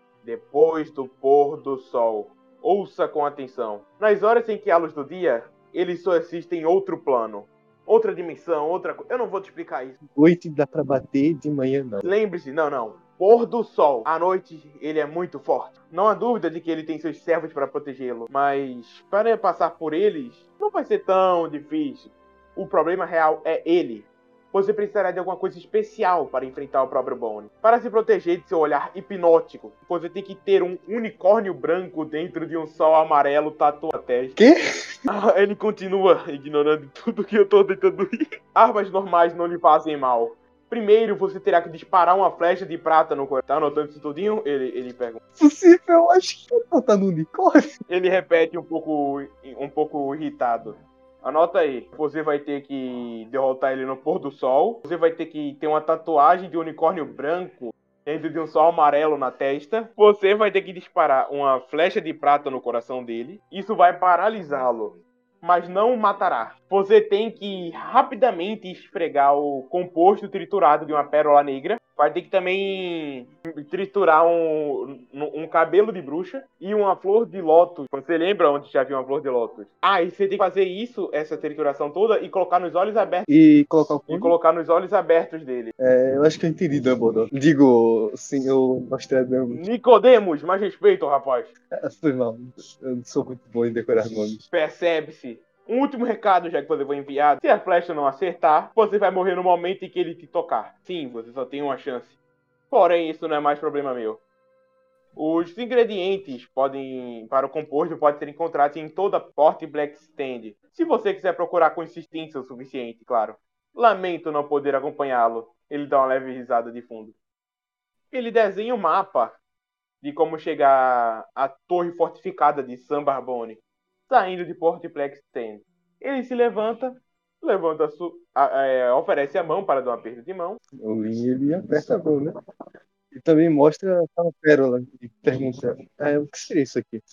Depois do pôr do sol. Ouça com atenção. Nas horas em que há luz do dia, eles só assistem outro plano. Outra dimensão, outra coisa. Eu não vou te explicar isso. Noite dá pra bater, de manhã não. Lembre-se, não, não. Pôr do sol. À noite, ele é muito forte. Não há dúvida de que ele tem seus servos para protegê-lo. Mas, para passar por eles, não vai ser tão difícil. O problema real é ele. Você precisará de alguma coisa especial para enfrentar o próprio Bone. Para se proteger de seu olhar hipnótico, você tem que ter um unicórnio branco dentro de um sol amarelo tatuado na testa. Quê? Ah, ele continua ignorando tudo que eu tô tentando rir. Armas normais não lhe fazem mal. Primeiro, você terá que disparar uma flecha de prata no coração. Tá anotando isso tudinho? Ele, ele pergunta. Possível, acho que não tá no unicórnio. Ele repete um pouco, um pouco irritado. Anota aí. Você vai ter que derrotar ele no pôr do sol. Você vai ter que ter uma tatuagem de unicórnio branco dentro de um sol amarelo na testa. Você vai ter que disparar uma flecha de prata no coração dele. Isso vai paralisá-lo, mas não o matará. Você tem que rapidamente esfregar o composto triturado de uma pérola negra. Vai ter que também triturar um, um cabelo de bruxa e uma flor de lótus. Você lembra onde já viu uma flor de lótus? Ah, e você tem que fazer isso, essa trituração toda, e colocar nos olhos abertos. E colocar o E colocar nos olhos abertos dele. É, eu acho que eu entendi, Dumbledore. Digo, senhor Nostradamus. Nicodemos, mais respeito, rapaz. É, foi mal. Eu não sou muito bom em decorar nomes. Percebe-se. Um último recado já que você foi enviado. Se a flecha não acertar, você vai morrer no momento em que ele te tocar. Sim, você só tem uma chance. Porém, isso não é mais problema meu. Os ingredientes podem para o composto podem ser encontrados em toda Port Black Stand. Se você quiser procurar com insistência o suficiente, claro. Lamento não poder acompanhá-lo. Ele dá uma leve risada de fundo. Ele desenha um mapa de como chegar à torre fortificada de Sam Barbone, saindo de Port Black Stand. Ele se levanta, levanta su a, é, oferece a mão para dar um aperto de mão. O Lin, ele aperta a mão, né? E também mostra aquela pérola e pergunta, é, o que seria isso aqui?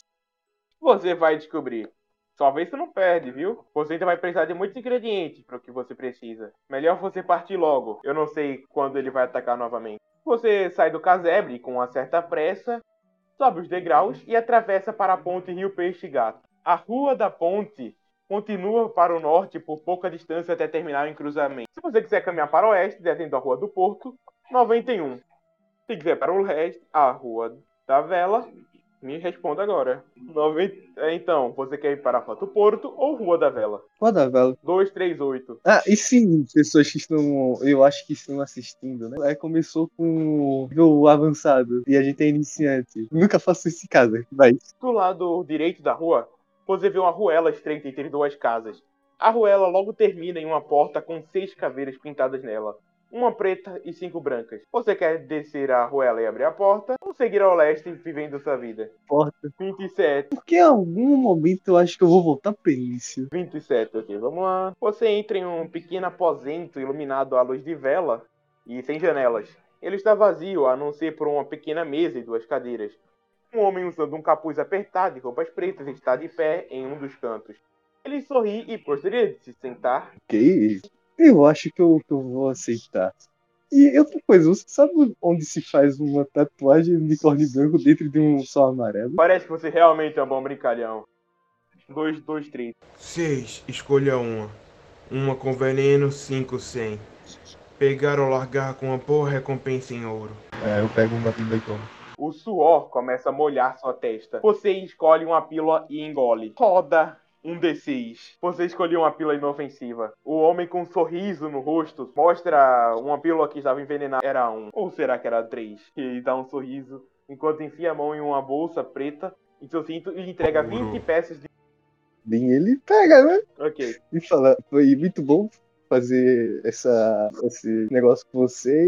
Você vai descobrir. Só vez você não perde, viu? Você ainda vai precisar de muitos ingredientes para o que você precisa. Melhor você partir logo. Eu não sei quando ele vai atacar novamente. Você sai do casebre com uma certa pressa, sobe os degraus e atravessa para a ponte Rio Peixe Gato. A rua da ponte continua para o norte por pouca distância até terminar em cruzamento. Se você quiser caminhar para o oeste, descendo a Rua do Porto, noventa e um. Se quiser para o leste, a Rua da Vela, me responda agora. noventa... Então, você quer ir para a Rua do Porto ou Rua da Vela? Rua da Vela. duzentos e trinta e oito. Ah, e sim, pessoas que estão, eu acho que estão assistindo, né? Aí começou com o avançado e a gente é iniciante. Nunca faço esse caso, vai. Do lado direito da rua, você vê uma ruela estreita entre duas casas. A ruela logo termina em uma porta com seis caveiras pintadas nela. Uma preta e cinco brancas. Você quer descer a ruela e abrir a porta, ou seguir ao leste vivendo sua vida? Porta. vinte e sete. Porque em algum momento eu acho que eu vou voltar pro início. vinte e sete, ok, vamos lá. Você entra em um pequeno aposento iluminado à luz de vela e sem janelas. Ele está vazio, a não ser por uma pequena mesa e duas cadeiras. Um homem usando um capuz apertado e roupas pretas está de pé em um dos cantos. Ele sorri e gostaria de se sentar. Ok, eu acho que eu, que eu vou aceitar. E outra coisa, você sabe onde se faz uma tatuagem de unicórnio branco dentro de um sol amarelo? Parece que você realmente é um bom brincalhão. dois, dois, três. seis. Escolha uma. Uma com veneno, cinco sem. Pegar ou largar com uma boa recompensa em ouro. É, eu pego uma do leitão. O suor começa a molhar sua testa. Você escolhe uma pílula e engole. Roda um D seis. Você escolheu uma pílula inofensiva. O homem com um sorriso no rosto mostra uma pílula que estava envenenada. Era um. Ou será que era três? Ele dá um sorriso enquanto enfia a mão em uma bolsa preta em seu cinto e lhe entrega vinte peças de... Bem, ele pega, né? Ok. E fala, foi muito bom fazer essa, esse negócio com você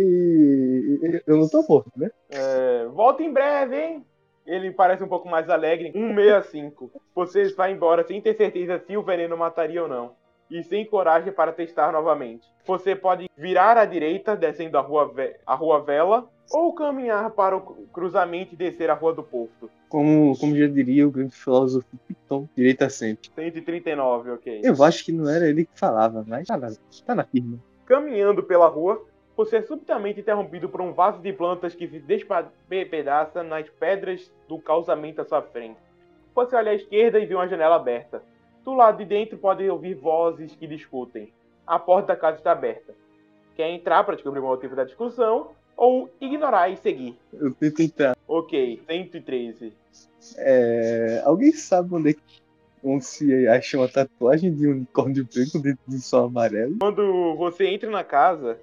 e eu não tô morto, né? É, volta em breve, hein? Ele parece um pouco mais alegre. cento e sessenta e cinco. Você vai embora sem ter certeza se o veneno mataria ou não. e sem coragem para testar novamente. Você pode virar à direita, descendo a rua, Ve- a rua Vela, ou caminhar para o cruzamento e descer a Rua do Porto. Como, como já diria o grande filósofo Piton, direita sempre. cento e trinta e nove, ok. Eu acho que não era ele que falava, mas tá na, tá na firma. Caminhando pela rua, você é subitamente interrompido por um vaso de plantas que se despedaça nas pedras do calçamento à sua frente. Você olha à esquerda e vê uma janela aberta. Do lado de dentro pode ouvir vozes que discutem. A porta da casa está aberta. Quer entrar para descobrir o motivo da discussão ou ignorar e seguir? Eu tento entrar. Ok, cento e treze. É, alguém sabe onde, é que, onde se acha uma tatuagem de um unicórnio branco dentro de um sol amarelo? Quando você entra na casa,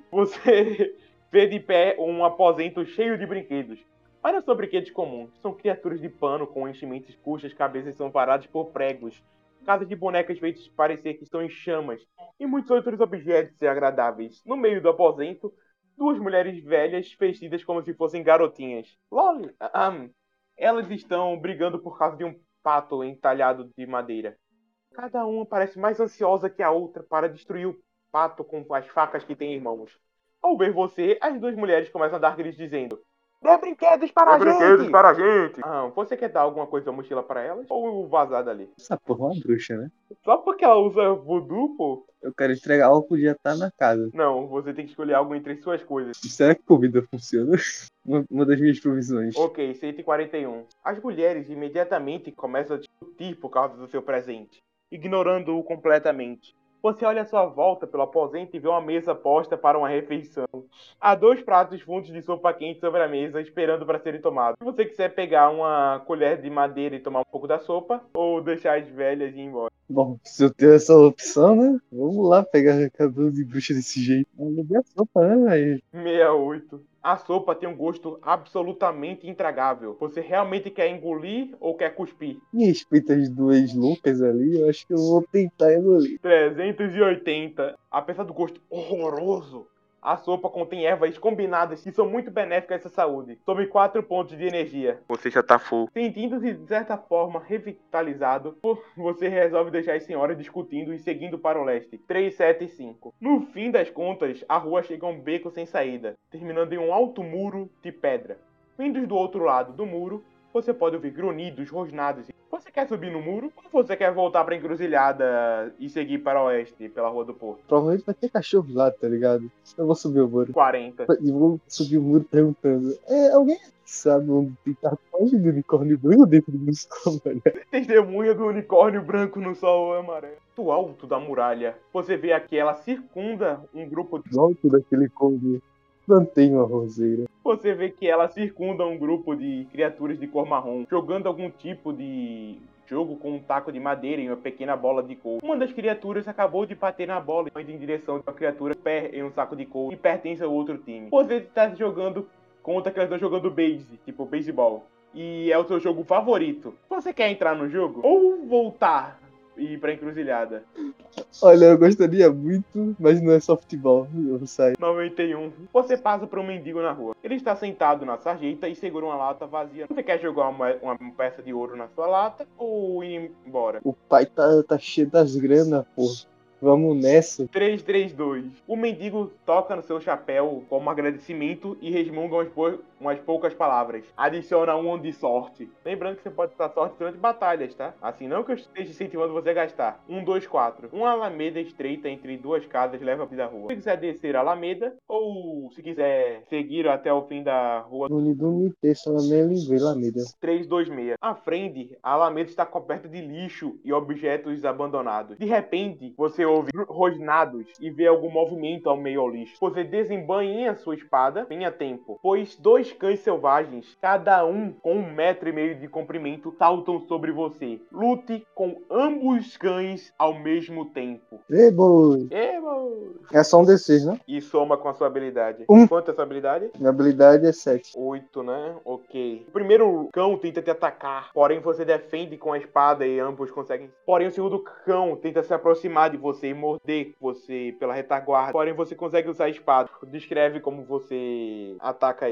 você vê de pé um aposento cheio de brinquedos. Mas não são brinquedos comuns, são criaturas de pano com enchimentos cujas cabeças são paradas por pregos, casas de bonecas feitas parecer que estão em chamas, e muitos outros objetos agradáveis. No meio do aposento, duas mulheres velhas vestidas como se fossem garotinhas. Lol! Ahem. Elas estão brigando por causa de um pato entalhado de madeira. Cada uma parece mais ansiosa que a outra para destruir o pato com as facas que tem em mãos. Ao ver você, as duas mulheres começam a dar gritos dizendo: Dê brinquedos para Dê a gente! brinquedos para a gente! Ah, você quer dar alguma coisa da mochila para elas? Ou vazar dali? Essa porra é uma bruxa, né? Só porque ela usa voodoo, pô? Eu quero entregar algo que podia estar na casa. Não, você tem que escolher algo entre suas coisas. Será que comida funciona? Uma, uma das minhas provisões. Ok, cento e quarenta e um. As mulheres imediatamente começam a discutir por causa do seu presente, ignorando-o completamente. Você olha à sua volta pelo aposento e vê uma mesa posta para uma refeição. Há dois pratos fundos de sopa quente sobre a mesa, esperando para serem tomados. Se você quiser pegar uma colher de madeira e tomar um pouco da sopa, ou deixar as velhas e ir embora. Bom, se eu tenho essa opção, né? Vamos lá pegar cabelo de bruxa desse jeito. Vamos beber a sopa, né, velho? sessenta e oito. A sopa tem um gosto absolutamente intragável. Você realmente quer engolir ou quer cuspir? Em respeito às duas loucas ali, eu acho que eu vou tentar engolir. trezentos e oitenta. Apesar do gosto horroroso, a sopa contém ervas combinadas que são muito benéficas à sua saúde. Tome quatro pontos de energia. Você já tá full. Sentindo-se de certa forma revitalizado, você resolve deixar as senhoras discutindo e seguindo para o leste. três, sete e cinco. No fim das contas, a rua chega a um beco sem saída, terminando em um alto muro de pedra. Vindos do outro lado do muro, você pode ouvir grunhidos, rosnados. Você quer subir no muro ou você quer voltar para a encruzilhada e seguir para o oeste, pela Rua do Porto? Provavelmente vai ter cachorro lá, tá ligado? Eu vou subir o muro. quarenta. E vou subir o muro perguntando: É, alguém sabe onde tem tatuagem de unicórnio branco dentro do escola, né? Testemunha do unicórnio branco no sol amarelo. Do alto da muralha, você vê que ela circunda um grupo de... Do alto daquele cômodo, plantei uma roseira. Você vê que ela circunda um grupo de criaturas de cor marrom, jogando algum tipo de jogo com um taco de madeira e uma pequena bola de couro. Uma das criaturas acabou de bater na bola e indo em direção de uma criatura pé em um saco de couro e pertence ao outro time. Você está jogando conta que elas estão jogando base, tipo beisebol. E é o seu jogo favorito. Você quer entrar no jogo? Ou voltar e ir pra encruzilhada? Olha, eu gostaria muito, mas não é só futebol. Eu vou sair. noventa e um. Você passa por um mendigo na rua. Ele está sentado na sarjeta e segura uma lata vazia. Você quer jogar uma, uma peça de ouro na sua lata ou ir embora? O pai tá, tá cheio das granas, pô. Vamos nessa. três três dois. O mendigo toca no seu chapéu como agradecimento e resmunga umas, pou- umas poucas palavras. Adiciona um de sorte. Lembrando que você pode usar sorte durante batalhas, tá? Assim, não que eu esteja incentivando você a gastar. um, dois, quatro. Uma alameda estreita entre duas casas leva da rua. Se quiser descer a alameda, ou se quiser seguir até o fim da rua Unidumi, terça, lamela e velameda. trezentos e vinte e seis. À frente, a alameda está coberta de lixo e objetos abandonados. De repente, você ouve rosnados e vê algum movimento ao meio ao lixo. Você desembanha a sua espada, tenha tempo, pois dois cães selvagens, cada um com um metro e meio de comprimento, saltam sobre você. Lute com ambos os cães ao mesmo tempo. Ei, boi. Emo! É só um D seis, né? E soma com a sua habilidade. Um. Quanto é a sua habilidade? Minha habilidade é sete. oito, né? Ok. O primeiro cão tenta te atacar, porém você defende com a espada e ambos conseguem. Porém o segundo cão tenta se aproximar de você e morder você pela retaguarda. Porém você consegue usar a espada. Descreve como você ataca ele. Peguei a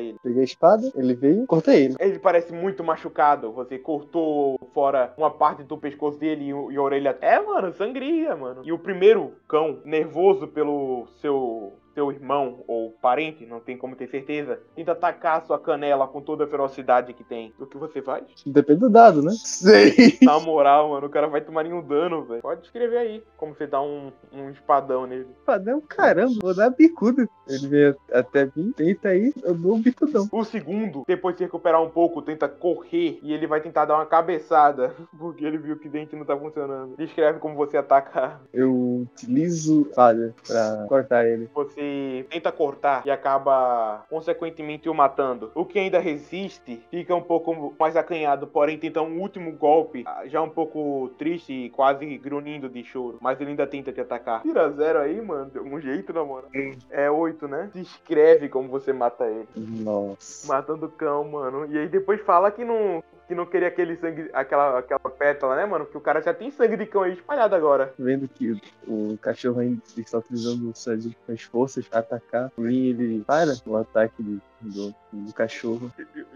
espada, ele veio, cortei ele. Ele parece muito machucado. Você cortou fora uma parte do pescoço dele e, o- e a orelha. É, mano, sangria, mano. E o primeiro cão, nervoso pelo seu. Seu irmão ou parente, não tem como ter certeza, tenta atacar a sua canela com toda a ferocidade que tem. O que você faz? Depende do dado, né? Sei. Na moral, mano, o cara vai tomar nenhum dano, velho. Pode escrever aí como você dá um, um espadão nele. Padrão, caramba, vou dar bicuda. Ele veio até mim, deita aí, eu dou um bicudão. O segundo, depois de se recuperar um pouco, tenta correr e ele vai tentar dar uma cabeçada, porque ele viu que o dente não tá funcionando. Descreve como você ataca. Eu utilizo espada pra cortar ele. Você tenta cortar e acaba, consequentemente, o matando. O que ainda resiste fica um pouco mais acanhado, porém tenta um último golpe, já um pouco triste e quase grunhindo de choro. Mas ele ainda tenta te atacar. Tira zero aí, mano, de algum jeito, na moral. É oito, né? Descreve como você mata ele. Nossa. Matando o cão, mano. E aí depois fala que não, que não queria aquele sangue, aquela, aquela pétala, né, mano? Porque o cara já tem sangue de cão aí espalhado agora. Vendo que o, o cachorro ainda está utilizando suas últimas forças pra atacar, o Lin, ele para o ataque de- do, do cachorro,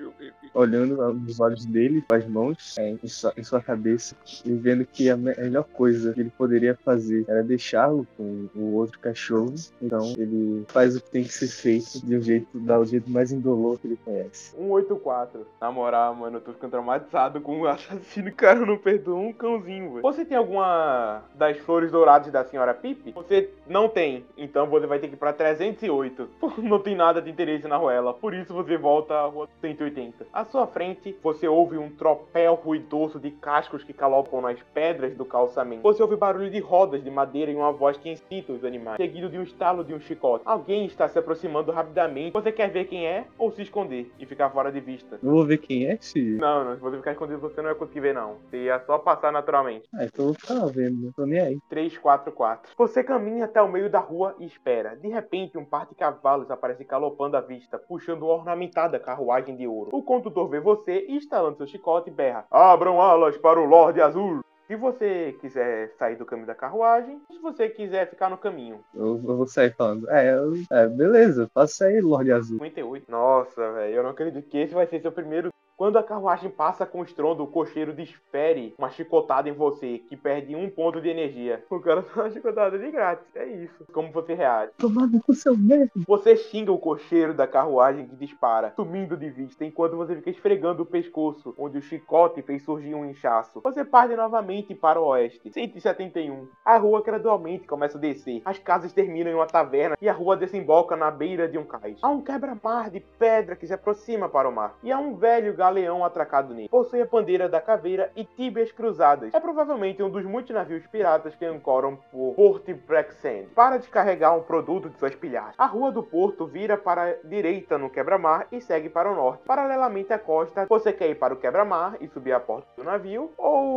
olhando nos olhos dele, com as mãos é, em, sua, em sua cabeça, e vendo que a me- a melhor coisa que ele poderia fazer era deixá-lo com o outro cachorro. Então ele faz o que tem que ser feito de um jeito, da o jeito mais indolor que ele conhece. um oito quatro. Na moral, mano, eu tô ficando traumatizado com o assassino. O cara não perdoa um cãozinho, velho. Você tem alguma das flores douradas da senhora Pipe? Você não tem. Então você vai ter que ir pra trezentos e oito. Não tem nada de interesse na ruela. Por isso você volta à rua cento e oitenta. À sua frente, você ouve um tropel ruidoso de cascos que calopam nas pedras do calçamento. Você ouve barulho de rodas de madeira e uma voz que incita os animais, seguido de um estalo de um chicote. Alguém está se aproximando rapidamente. Você quer ver quem é ou se esconder e ficar fora de vista? Eu vou ver quem é esse. Não, não. Se você ficar escondido, você não vai conseguir ver, não. Você ia só passar naturalmente. Ah, então eu vou ficar vendo, não tô nem aí. três quatro quatro. Você caminha até o meio da rua e espera. De repente, um par de cavalos aparece galopando à vista, puxando uma ornamentada carruagem de ouro. O condutor vê você e, estalando seu chicote, berra: "Abram alas para o Lorde Azul!" Se você quiser sair do caminho da carruagem, se você quiser ficar no caminho. Eu, eu vou sair falando. É, eu, é beleza, passa aí, Lorde Azul. cinquenta e oito. Nossa, velho, eu não acredito que esse vai ser seu primeiro. Quando a carruagem passa com estrondo, o cocheiro desfere uma chicotada em você, que perde um ponto de energia. O cara dá uma chicotada de grátis, é isso. Como você reage? Tomado com seu merda. Você xinga o cocheiro da carruagem que dispara, sumindo de vista, enquanto você fica esfregando o pescoço, onde o chicote fez surgir um inchaço. Você parte novamente para o oeste. cento e setenta e um. A rua gradualmente começa a descer. As casas terminam em uma taverna e a rua desemboca na beira de um cais. Há um quebra-mar de pedra que se aproxima para o mar. E há um velho galeão atracado nele. Possui a bandeira da caveira e tíbias cruzadas. É provavelmente um dos muitos navios piratas que ancoram por Port Brexand para descarregar um produto de suas pilhagens. A rua do porto vira para a direita no quebra-mar e segue para o norte. Paralelamente à costa, você quer ir para o quebra-mar e subir a porta do navio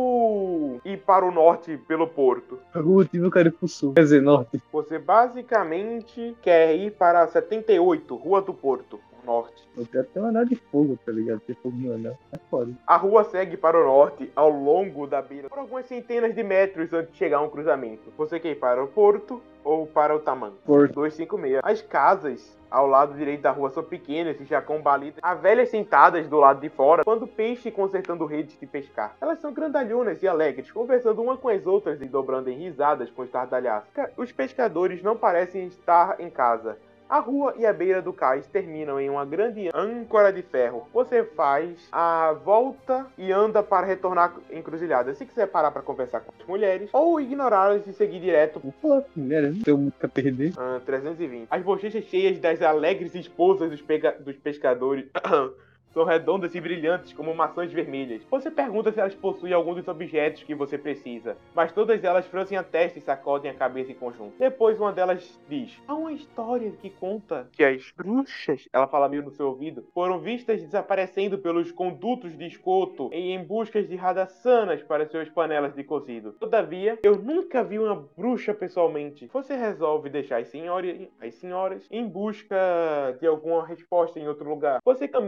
ou ir para o norte pelo porto? O time eu quero ir pro sul. Quer dizer, norte. Você basicamente quer ir para setenta e oito, Rua do Porto, norte. Eu quero ter um anel de fogo, tá ligado? Ter fogo no anel. É foda. A rua segue para o norte, ao longo da beira, por algumas centenas de metros antes de chegar a um cruzamento. Você quer ir para o porto ou para o tamanho? Porto. duzentos e cinquenta e seis. As casas ao lado direito da rua são pequenas e já combalidas. Há velhas sentadas do lado de fora, quando peixe consertando redes de pescar. Elas são grandalhonas e alegres, conversando uma com as outras e dobrando em risadas com estardalhaços. Os pescadores não parecem estar em casa. A rua e a beira do cais terminam em uma grande âncora de ferro. Você faz a volta e anda para retornar à encruzilhada. Se quiser parar para conversar com as mulheres, ou ignorá-las e seguir direto. Vou falar com mulher, não tenho muito pra perder. Ah, trezentos e vinte. As bochechas cheias das alegres esposas dos, pega- dos pescadores são redondas e brilhantes como maçãs vermelhas. Você pergunta se elas possuem algum dos objetos que você precisa, mas todas elas franzem a testa e sacodem a cabeça em conjunto. Depois uma delas diz: há uma história que conta que as bruxas, ela fala meio no seu ouvido, foram vistas desaparecendo pelos condutos de esgoto e em busca de radassanas para suas panelas de cozido. Todavia, eu nunca vi uma bruxa pessoalmente. Você resolve deixar as senhoras, as senhoras em busca de alguma resposta em outro lugar. Você caminha para a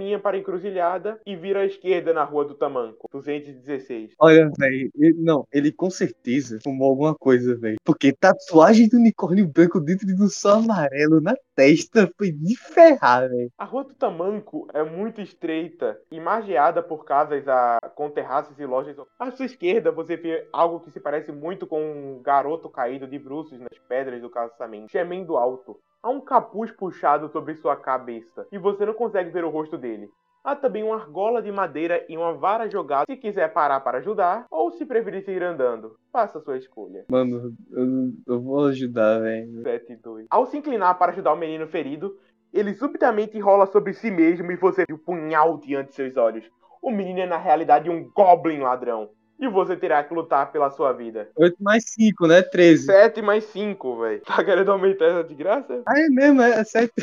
encruzilhada e vira à esquerda na Rua do Tamanco, duzentos e dezesseis. Olha, velho, não, ele com certeza fumou alguma coisa, velho. Porque tatuagem do unicórnio branco dentro do sol amarelo na testa foi de ferrar, velho. A Rua do Tamanco é muito estreita e margeada por casas a... com terraços e lojas. À sua esquerda você vê algo que se parece muito com um garoto caído de bruços nas pedras do calçamento, gemendo alto. Há um capuz puxado sobre sua cabeça e você não consegue ver o rosto dele. Há também uma argola de madeira e uma vara jogada se quiser parar para ajudar ou se preferir seguir andando. Faça a sua escolha. Mano, eu, eu vou ajudar, velho. sete dois. Ao se inclinar para ajudar o menino ferido, ele subitamente rola sobre si mesmo e você vê o punhal diante de seus olhos. O menino é na realidade um goblin ladrão. E você terá que lutar pela sua vida. oito mais cinco, né? treze. sete mais cinco, velho. Tá querendo aumentar essa de graça? Ah, é mesmo, é sete.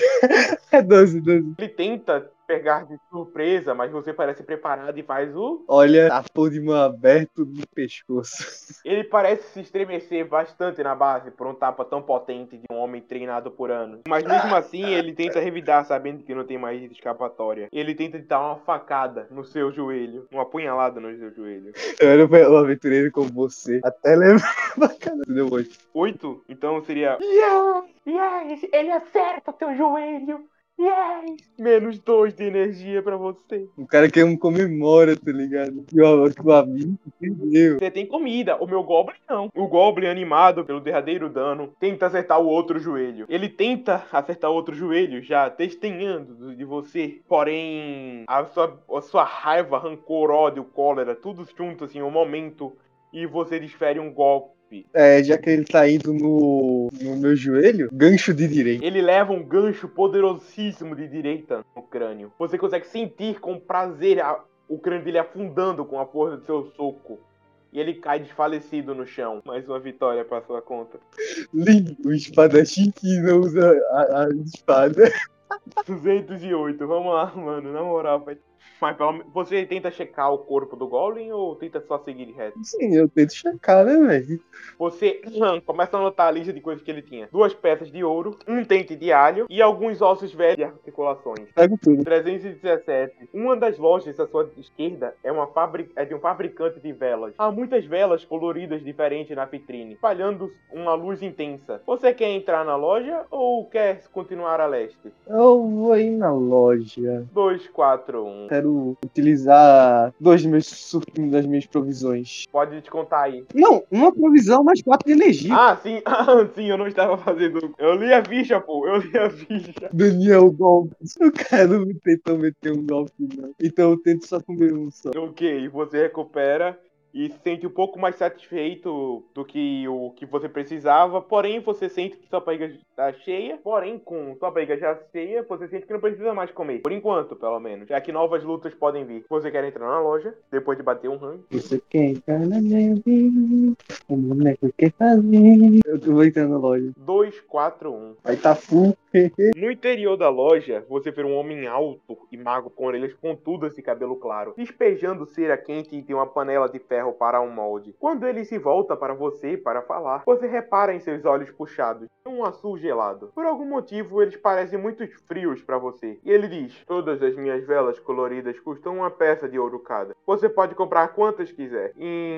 É doze, doze. Ele tenta pegar de surpresa, mas você parece preparado e faz o... Olha, a pôr de mão aberta no pescoço. Ele parece se estremecer bastante na base por um tapa tão potente de um homem treinado por anos. Mas mesmo assim, ele tenta revidar, sabendo que não tem mais escapatória. Ele tenta dar uma facada no seu joelho. Uma apunhalada no seu joelho. Eu era um aventureiro como você. Até lembrar bacana. Deu oito. oito? Então seria... Yes! Yes! Ele acerta o teu joelho! Yes! Menos dois de energia pra você. O cara que não comemora, tá ligado? Que o, que o amigo perdeu. Você tem comida. O meu Goblin não. O Goblin, animado pelo derradeiro dano, tenta acertar o outro joelho. Ele tenta acertar o outro joelho, já desdenhando de você. Porém, a sua, a sua raiva, rancor, ódio, cólera, tudo junto assim, um momento. E você desfere um golpe. É, já que ele tá indo no, no meu joelho, gancho de direita. Ele leva um gancho poderosíssimo de direita no crânio. Você consegue sentir com prazer a, o crânio dele afundando com a força do seu soco. E ele cai desfalecido no chão. Mais uma vitória pra sua conta. Lindo, o espadachim que não usa a, a espada. duzentos e oito, vamos lá, mano, na moral, vai. Mas você tenta checar o corpo do Golem ou tenta só seguir reto? Sim, eu tento checar, né, velho? Você hum, começa a anotar a lista de coisas que ele tinha. Duas peças de ouro, um dente de alho e alguns ossos velhos de articulações. Pego tudo. trezentos e dezessete. Uma das lojas à sua esquerda é, uma fabri... é de um fabricante de velas. Há muitas velas coloridas diferentes na vitrine, espalhando uma luz intensa. Você quer entrar na loja ou quer continuar a leste? Eu vou ir na loja. dois, quatro, um. Quero utilizar dois dos meus surtos das minhas provisões. Pode descontar aí. Não, uma provisão mais quatro de energia. Ah, sim. sim, eu não estava fazendo. Eu li a ficha, pô. Eu li a ficha. Daniel Golpes. O cara não tentou meter um golpe, não. Então eu tento só comer um só. Ok, você recupera e se sente um pouco mais satisfeito do que o que você precisava, porém você sente que sua barriga está cheia, porém com sua barriga já cheia, você sente que não precisa mais comer, por enquanto, pelo menos, já que novas lutas podem vir. Você quer entrar na loja, depois de bater um rank? Você quer entrar na neve, o boneco quer fazer. Eu vou entrar na loja. dois, quatro, um. Aí tá full. No interior da loja, você vê um homem alto e magro com orelhas pontudas e cabelo claro, despejando cera quente e tem uma panela de ferro para um molde. Quando ele se volta para você para falar, você repara em seus olhos puxados e um azul gelado. Por algum motivo, eles parecem muito frios para você. E ele diz: todas as minhas velas coloridas custam uma peça de ouro cada. Você pode comprar quantas quiser.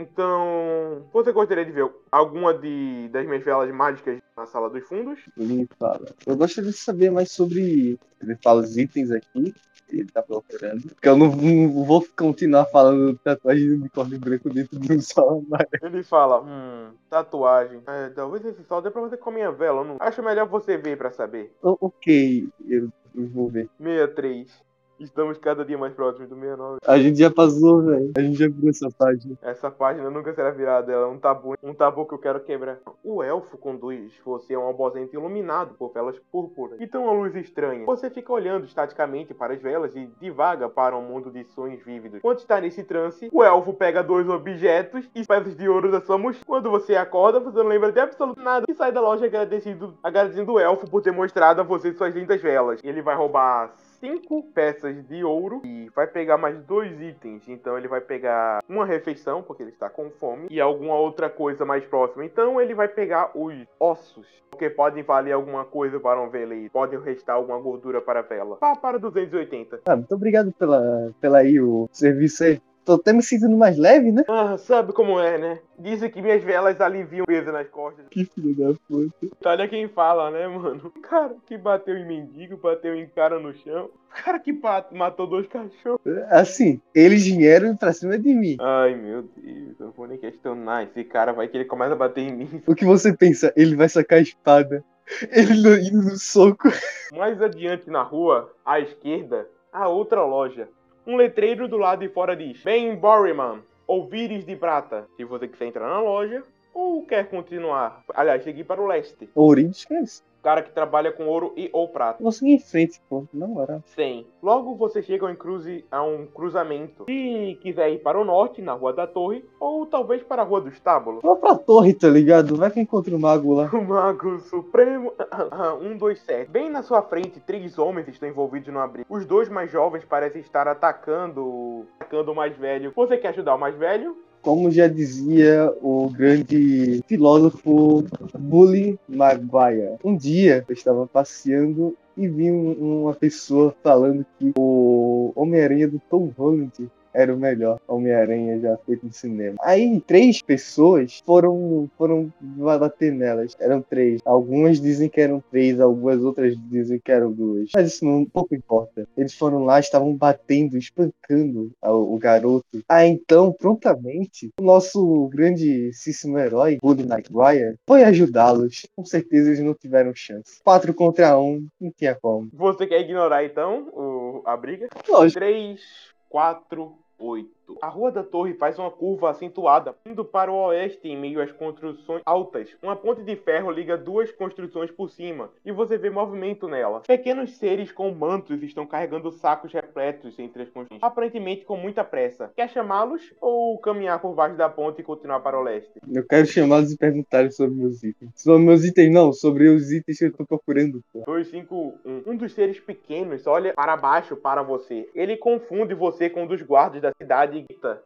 Então, você gostaria de ver alguma de, das minhas velas mágicas na sala dos fundos? Ele fala. Eu gostaria de saber mais sobre. Ele fala os itens aqui que ele tá procurando. Porque eu não, não vou continuar falando tatuagem de unicórnio branco dentro de um sol amarelo. Ele fala: hum, tatuagem. É, talvez esse sol dê pra você comer a vela. Não... Acho melhor você ver pra saber. O- ok, eu, eu vou ver. sessenta e três. Estamos cada dia mais próximos do sessenta e nove. A gente já passou, velho. A gente já viu essa página. Essa página nunca será virada, ela é um tabu, um tabu que eu quero quebrar. O elfo conduz você a um aposento iluminado por velas púrpuras. Então uma luz estranha. Você fica olhando estaticamente para as velas e divaga para um mundo de sonhos vívidos. Quando está nesse trance, o elfo pega dois objetos e peças de ouro da sua mochila. Quando você acorda, você não lembra de absolutamente nada. E sai da loja agradecido, agradecendo o elfo por ter mostrado a você suas lindas velas. Ele vai roubar cinco peças de ouro e vai pegar mais dois itens. Então ele vai pegar uma refeição, porque ele está com fome, e alguma outra coisa mais próxima. Então ele vai pegar os ossos, porque podem valer alguma coisa para um veleiro, podem restar alguma gordura para a vela. Vá para duzentos e oitenta. Ah, muito obrigado pela, pela aí, o serviço aí. Tô até me sentindo mais leve, né? Ah, sabe como é, né? Dizem que minhas velas aliviam o peso nas costas. Que filho da puta. Olha quem fala, né, mano? O cara que bateu em mendigo, bateu em cara no chão. O cara que matou dois cachorros. Assim, eles vieram pra cima de mim. Ai, meu Deus, eu não vou nem questionar. Esse cara vai que ele começa a bater em mim. O que você pensa? Ele vai sacar a espada. Ele no- indo no soco. Mais adiante na rua, à esquerda, há outra loja. Um letreiro do lado de fora diz: Ben Borriman, ouvires de prata. Se você quiser entrar na loja ou quer continuar, aliás, seguir para o leste. Ourinho, esquece. Cara que trabalha com ouro e ou prata. Vou seguir em frente, pô. Na moral. cem. Logo você chega ao encruze, a um cruzamento. Se quiser ir para o norte, na Rua da Torre, ou talvez para a Rua do Estábulo. Vou pra torre, tá ligado? Vai que encontra o mago lá. O Mago Supremo. um, dois, sete. Bem na sua frente, três homens estão envolvidos no abrigo. Os dois mais jovens parecem estar atacando, atacando o mais velho. Você quer ajudar o mais velho? Como já dizia o grande filósofo Bully Maguire. Um dia eu estava passeando e vi um- uma pessoa falando que o Homem-Aranha do Tom Holland era o melhor Homem-Aranha já feito no cinema. Aí, três pessoas foram, foram bater nelas. Eram três. Algumas dizem que eram três, algumas outras dizem que eram duas. Mas isso não pouco importa. Eles foram lá, estavam batendo, espancando o, o garoto. Aí, então, prontamente, o nosso grandíssimo herói, Bully Maguire, foi ajudá-los. Com certeza eles não tiveram chance. Quatro contra um, não tinha como. Você quer ignorar então o, a briga? Lógico. três, quatro, oito. A Rua da Torre faz uma curva acentuada, indo para o oeste em meio às construções altas. Uma ponte de ferro liga duas construções por cima, e você vê movimento nela. Pequenos seres com mantos estão carregando sacos repletos entre as construções, aparentemente com muita pressa. Quer chamá-los ou caminhar por baixo da ponte e continuar para o leste? Eu quero chamá-los e perguntar sobre meus itens. Sobre meus itens não, sobre os itens que eu tô procurando, pô. dois, cinco, um. Um dos seres pequenos olha para baixo para você. Ele confunde você com um dos guardas da cidade e grita: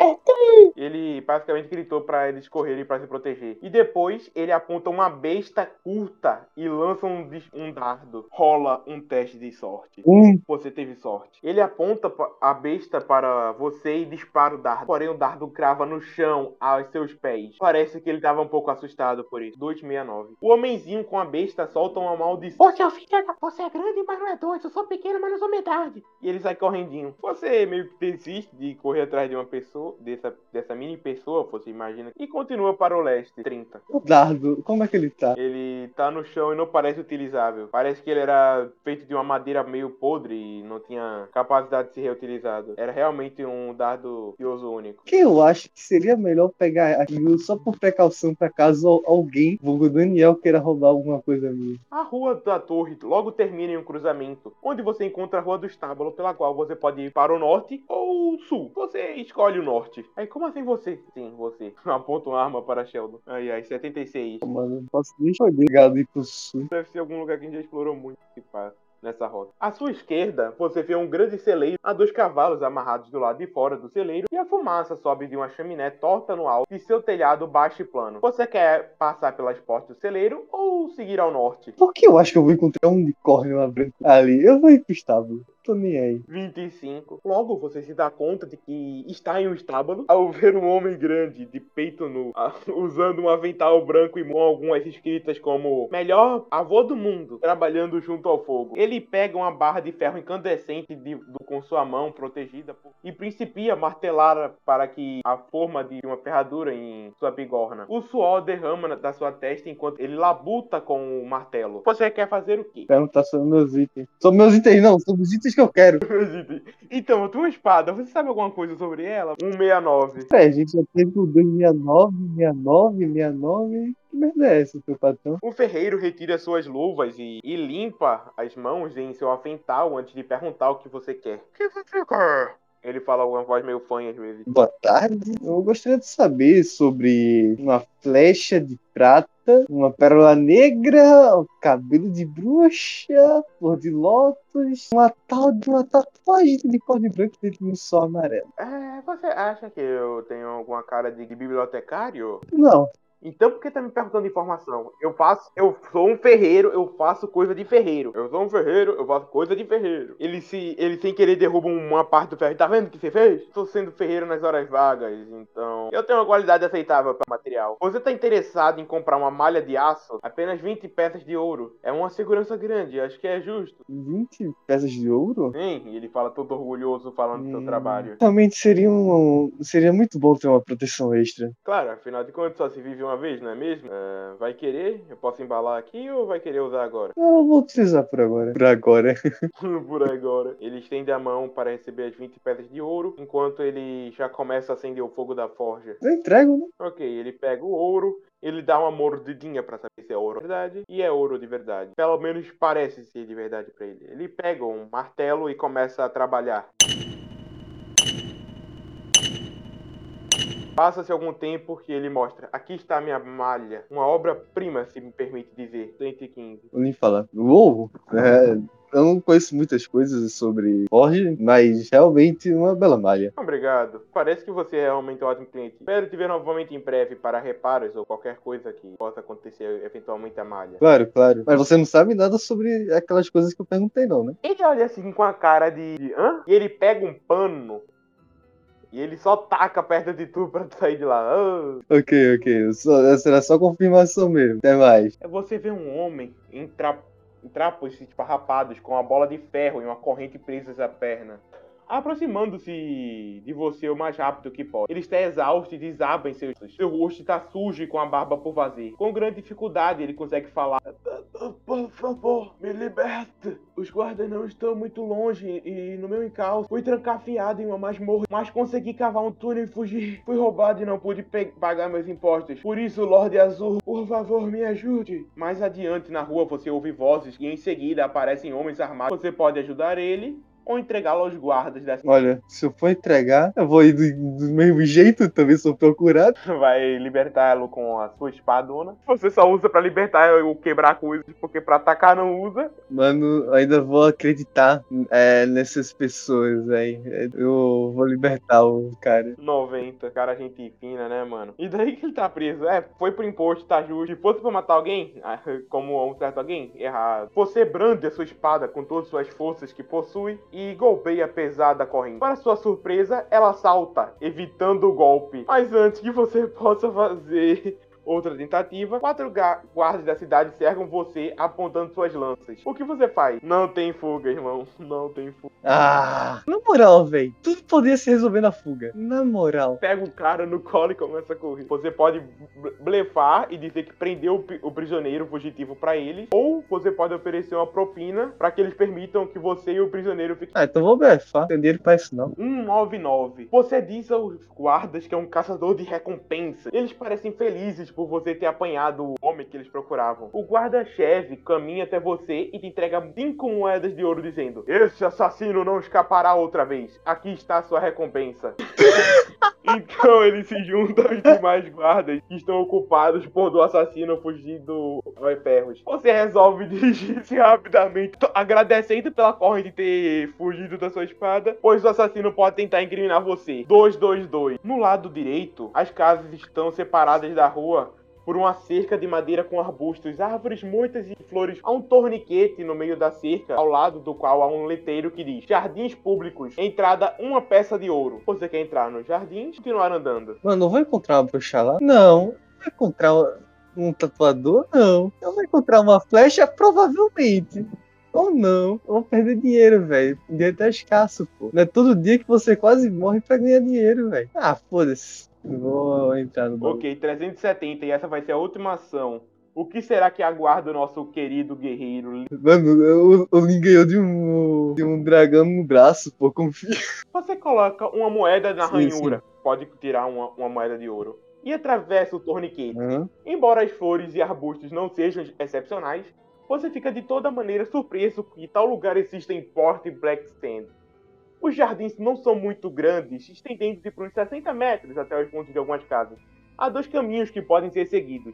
ele basicamente gritou para eles correrem para se proteger. E depois ele aponta uma besta curta e lança um, dis- um dardo. Rola um teste de sorte. Um. Você teve sorte. Ele aponta pa- a besta para você e dispara o dardo. Porém, o dardo crava no chão aos seus pés. Parece que ele estava um pouco assustado por isso. duzentos e sessenta e nove. O homenzinho com a besta solta uma maldição. Você é o filho da... Você é grande, mas não é doido. Eu sou pequeno, mas não sou metade. E ele sai correndinho. Você meio que desiste de correr atrás de uma pessoa, dessa, dessa mini pessoa, você imagina, e continua para o leste. trinta. O dardo, como é que ele tá? Ele tá no chão e não parece utilizável. Parece que ele era feito de uma madeira meio podre e não tinha capacidade de ser reutilizado. Era realmente um dardo de uso único. Que eu acho que seria melhor pegar aquilo só por precaução pra caso al- alguém, vulgo Daniel, queira roubar alguma coisa minha. A Rua da Torre logo termina em um cruzamento, onde você encontra a Rua do Estábulo, pela qual você pode ir para o norte ou sul. Você escolhe o norte. Aí, como assim você? Sim, você. Aponta uma arma para Sheldon. Ai, ai, setenta e seis. Mano, não posso nem escolher. Ligado ir pro sul. Deve ser algum lugar que a gente já explorou muito que passa nessa rota. À sua esquerda, você vê um grande celeiro a dois cavalos amarrados do lado de fora do celeiro e a fumaça sobe de uma chaminé torta no alto de seu telhado baixo e plano. Você quer passar pelas portas do celeiro ou seguir ao norte? Por que eu acho que eu vou encontrar um unicórnio branco ali? Eu vou ir pro estábulo. Tô nem aí. vinte e cinco. Logo você se dá conta de que está em um estábulo ao ver um homem grande de peito nu, ah, usando um avental branco e com algumas escritas como melhor avô do mundo, trabalhando junto ao fogo. Ele pega uma barra de ferro incandescente de, do, com sua mão protegida por, e principia a martelar para que a forma de uma ferradura em sua bigorna. O suor derrama da sua testa enquanto ele labuta com o martelo. Você quer fazer o quê? Perguntar sobre meus itens. Sobre meus itens não, sobre os itens que eu quero. Então, a tua espada, você sabe alguma coisa sobre ela? cento e sessenta e nove. É, a gente já teve o dois sessenta e nove, sessenta e nove, sessenta e nove. Que merda é essa, seu patrão? O ferreiro retira suas luvas e, e limpa as mãos em seu avental antes de perguntar o que você quer. O que você quer? Ele fala alguma voz meio fanha às vezes. Boa tarde. Eu gostaria de saber sobre uma flecha de prata prata, uma pérola negra, um cabelo de bruxa, flor de lótus, uma tal de uma tatuagem de cor de branco dentro de um sol amarelo. É, você acha que eu tenho alguma cara de bibliotecário? Não. Então por que tá me perguntando informação? Eu faço, eu sou um ferreiro, eu faço coisa de ferreiro. Eu sou um ferreiro, eu faço coisa de ferreiro. Ele se, ele sem querer derruba uma parte do ferro. Tá vendo o que você fez? Tô sendo ferreiro nas horas vagas, então eu tenho uma qualidade aceitável para material. Você tá interessado em comprar uma malha de aço? Apenas vinte peças de ouro. É uma segurança grande, acho que é justo. vinte peças de ouro? Sim, e ele fala todo orgulhoso falando do seu Hum, trabalho. Realmente seria um, seria muito bom ter uma proteção extra. Claro, afinal de contas só se vive uma vez, não é mesmo? É, vai querer? Eu posso embalar aqui ou vai querer usar agora? Eu vou precisar por agora. Por agora. Por agora. Ele estende a mão para receber as vinte pedras de ouro, enquanto ele já começa a acender o fogo da forja. Eu entrego, né? Ok, ele pega o ouro, ele dá uma mordidinha para saber se é ouro de verdade, e é ouro de verdade. Pelo menos parece ser de verdade para ele. Ele pega um martelo e começa a trabalhar. Passa-se algum tempo que ele mostra. Aqui está a minha malha. Uma obra-prima, se me permite dizer. cento e quinze. Vou nem falar. Uou! É, eu não conheço muitas coisas sobre Forge, mas realmente uma bela malha. Obrigado. Parece que você é realmente um ótimo cliente. Espero te ver novamente em breve para reparos ou qualquer coisa que possa acontecer eventualmente à malha. Claro, claro. Mas você não sabe nada sobre aquelas coisas que eu perguntei, não, né? Ele olha assim com a cara de... Hã? E ele pega um pano... E ele só taca perto de tu pra tu sair de lá. Oh. Ok, ok. Só, será só confirmação mesmo. Até mais. É você ver um homem em, tra... em trapos esparrapados com uma bola de ferro e uma corrente presas à perna, aproximando-se de você o mais rápido que pode. Ele está exausto e desaba em seus... Seu rosto está sujo e com a barba por fazer. Com grande dificuldade ele consegue falar. Por favor, me liberte. Os guardas não estão muito longe e no meu encalço fui trancafiado em uma masmorra, mas consegui cavar um túnel e fugir. Fui roubado e não pude pagar meus impostos. Por isso, Lorde Azul, por favor, me ajude. Mais adiante na rua você ouve vozes e em seguida aparecem homens armados. Você pode ajudar ele ou entregá-lo aos guardas da cidade. Olha, se eu for entregar, eu vou ir do, do mesmo jeito, também sou procurado. Vai libertá-lo com a sua espadona. Você só usa pra libertar ou quebrar coisas, porque pra atacar não usa. Mano, ainda vou acreditar é, nessas pessoas, velho. Eu vou libertar o cara. noventa, cara, gente fina, né, mano? E daí que ele tá preso? É, foi pro imposto, tá justo. Se fosse pra matar alguém, como um certo alguém, errado. Você brande a sua espada com todas as suas forças que possui e golpeia a pesada corrente. Para sua surpresa, ela salta, evitando o golpe. Mas antes que você possa fazer outra tentativa, quatro guardas da cidade cercam você apontando suas lanças. O que você faz? Não tem fuga, irmão. Não tem fuga. Ah, na moral, velho. Tudo poderia se resolver na fuga. Na moral. Pega o cara no colo e começa a correr. Você pode blefar e dizer que prendeu o prisioneiro fugitivo pra eles. Ou você pode oferecer uma propina pra que eles permitam que você e o prisioneiro fiquem. Ah, então vou blefar. Não tem dinheiro pra isso, não. cento e noventa e nove. Você diz aos guardas que é um caçador de recompensa. Eles parecem felizes por você ter apanhado o homem que eles procuravam. O guarda-chefe caminha até você e te entrega cinco moedas de ouro dizendo: esse assassino não escapará outra vez. Aqui está a sua recompensa. Então ele se junta aos demais guardas que estão ocupados por do assassino fugindo aos ferros. Você resolve dirigir-se rapidamente, agradecendo pela corrente ter fugido da sua espada, pois o assassino pode tentar incriminar você. dois dois dois. No lado direito, as casas estão separadas da rua por uma cerca de madeira com arbustos, árvores, moitas e flores. Há um torniquete no meio da cerca, ao lado do qual há um letreiro que diz: Jardins Públicos, entrada uma peça de ouro. Você quer entrar nos jardins e continuar andando? Mano, eu vou encontrar uma bruxa lá? Não. Vou encontrar um tatuador? Não. Eu vou encontrar uma flecha? Provavelmente. Ou não. Eu vou perder dinheiro, velho. Dinheiro tá escasso, pô. Não é todo dia que você quase morre pra ganhar dinheiro, velho. Ah, foda-se. Vou entrar no bagulho. Ok, trezentos e setenta, e essa vai ser a última ação. O que será que aguarda o nosso querido guerreiro? Mano, o Lin ganhou de um, de um dragão no braço, pô, confia. Você coloca uma moeda na Sim, ranhura, sim. pode tirar uma, uma moeda de ouro, e atravessa o torniquete. Uhum. Embora as flores e arbustos não sejam excepcionais, você fica de toda maneira surpreso que tal lugar exista em Port Blackstand. Os jardins não são muito grandes, estendendo-se por uns sessenta metros até os fundos de algumas casas. Há dois caminhos que podem ser seguidos.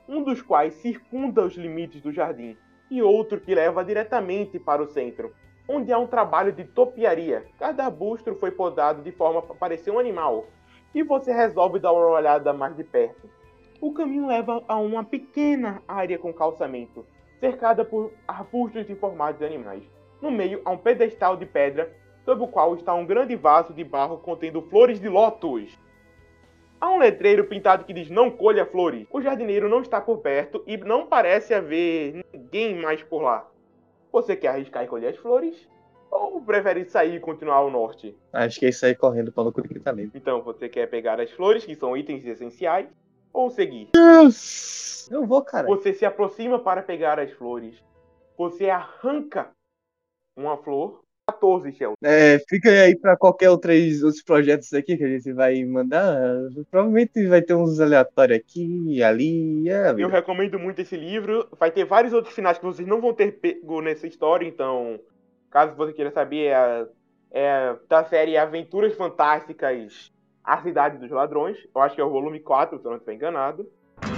um dos quais circunda os limites do jardim, e outro que leva diretamente para o centro, onde há um trabalho de topiaria. Cada arbusto foi podado de forma para parecer um animal, e você resolve dar uma olhada mais de perto. O caminho leva a uma pequena área com calçamento, cercada por arbustos em formato de animais. No meio há um pedestal de pedra, sob o qual está um grande vaso de barro contendo flores de lótus. Há um letreiro pintado que diz não colha flores. O jardineiro não está por perto e não parece haver ninguém mais por lá. Você quer arriscar e colher as flores? Ou prefere sair e continuar ao norte? Acho que é isso aí correndo para o recrutamento. Então você quer pegar as flores, que são itens essenciais, ou seguir? Eu vou, cara. Você se aproxima para pegar as flores. Você arranca uma flor. quatorze, Sheldon. É, fica aí para qualquer outros, outros projetos aqui que a gente vai mandar. Provavelmente vai ter uns aleatórios aqui e ali. É, Eu recomendo muito esse livro. Vai ter vários outros finais que vocês não vão ter pego nessa história, então, caso você queira saber, é, é da série Aventuras Fantásticas, A Cidade dos Ladrões. Eu acho que é o volume quatro, se eu não estiver enganado.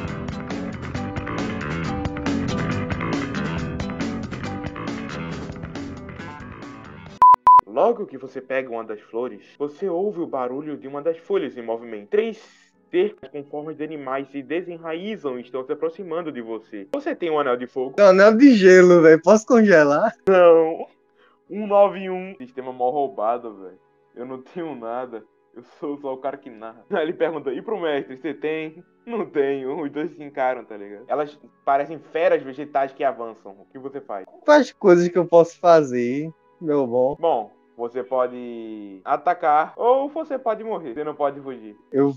Logo que você pega uma das flores, você ouve o barulho de uma das folhas em movimento. Três cercas com formas de animais se desenraizam e estão se aproximando de você. Você tem um anel de fogo? Não, anel de gelo, velho. Posso congelar? Não. cento e noventa e um. Sistema mal roubado, velho. Eu não tenho nada. Eu sou só o cara que narra. Aí ele pergunta, e pro mestre, você tem? Não tenho. Os dois se encaram, tá ligado? Elas parecem feras vegetais que avançam. O que você faz? Quais coisas que eu posso fazer, meu bom? Bom, você pode atacar ou você pode morrer. Você não pode fugir. Eu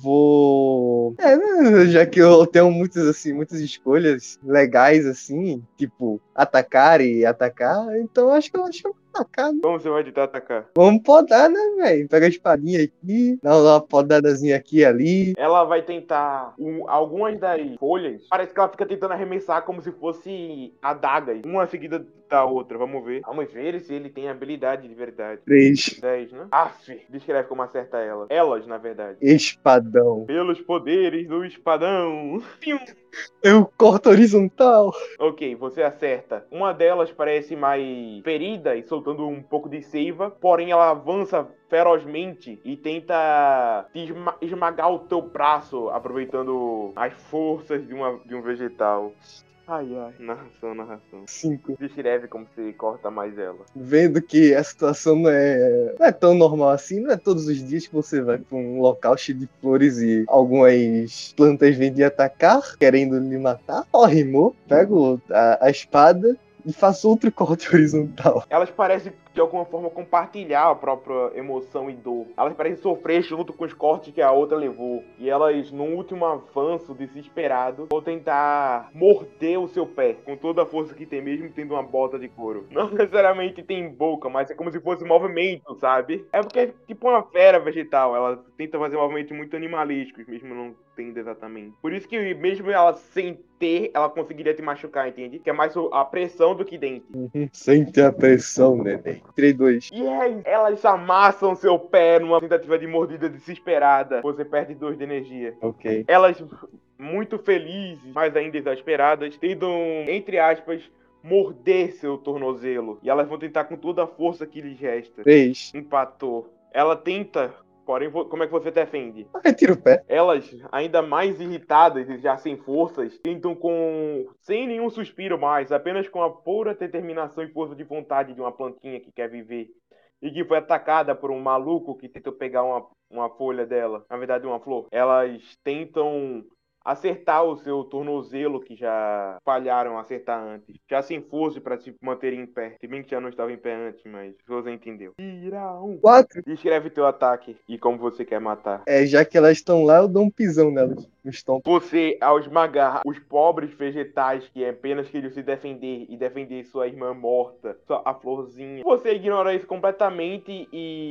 vou. É, né, já que eu tenho muitas, assim, muitas escolhas legais, assim, tipo, atacar e atacar, então acho que eu acho que eu vou atacar, né? Como você vai tentar atacar? Vamos podar, né, velho? Pega a espadinha aqui, dá uma podadazinha aqui e ali. Ela vai tentar um, algumas das folhas. Parece que ela fica tentando arremessar como se fosse adagas, uma seguida da outra. Vamos ver. Vamos ver se ele tem habilidade de verdade. Três. dez, né? Aff, descreve como acerta ela. Elas, na verdade. Espadão. Pelos poderes do espadão. Pium. Eu corto horizontal. Ok, você acerta. Uma delas parece mais ferida e soltando um pouco de seiva, porém ela avança ferozmente e tenta te esma- esmagar o teu braço, aproveitando as forças de, uma, de um vegetal. Ai, ai. Narração, narração. Cinco. Descreve como você corta mais ela. Vendo que a situação não é, não é tão normal assim, não é todos os dias que você vai pra um local cheio de flores e algumas plantas vêm de atacar, querendo lhe matar. Ó, rimou. Pego a, a espada e faço outro corte horizontal. Elas parecem, de alguma forma, compartilhar a própria emoção e dor. Elas parecem sofrer junto com os cortes que a outra levou. E elas, num último avanço desesperado, vão tentar morder o seu pé com toda a força que tem, mesmo tendo uma bota de couro. Não necessariamente tem boca, mas é como se fosse movimento, sabe? É porque é tipo uma fera vegetal. Ela tenta fazer movimentos muito animalísticos, mesmo não tendo exatamente. Por isso que, mesmo ela sem ter, ela conseguiria te machucar, entende? Que é mais a pressão do que dente. Uhum. Sente a pressão, neném. Tirei dois. E aí, elas amassam seu pé numa tentativa de mordida desesperada. Você perde dois de energia. Ok. Elas, muito felizes, mas ainda exasperadas, tentam, entre aspas, morder seu tornozelo. E elas vão tentar com toda a força que lhes resta. Três. Empatou. Ela tenta, porém, vo- como é que você defende? Retira o pé. Elas, ainda mais irritadas e já sem forças, tentam com... sem nenhum suspiro mais, apenas com a pura determinação e força de vontade de uma plantinha que quer viver. E que foi atacada por um maluco que tentou pegar uma, uma folha dela. Na verdade, uma flor. Elas tentam acertar o seu tornozelo, que já falharam a acertar antes. Já sem força para se manter em pé. Se bem que já não estava em pé antes, mas você entendeu. Tira um. Quatro. Descreve teu ataque e como você quer matar. É, já que elas estão lá, eu dou um pisão nelas. No estômago. Você, ao esmagar os pobres vegetais que é apenas queriam se defender e defender sua irmã morta, sua, a florzinha, você ignora isso completamente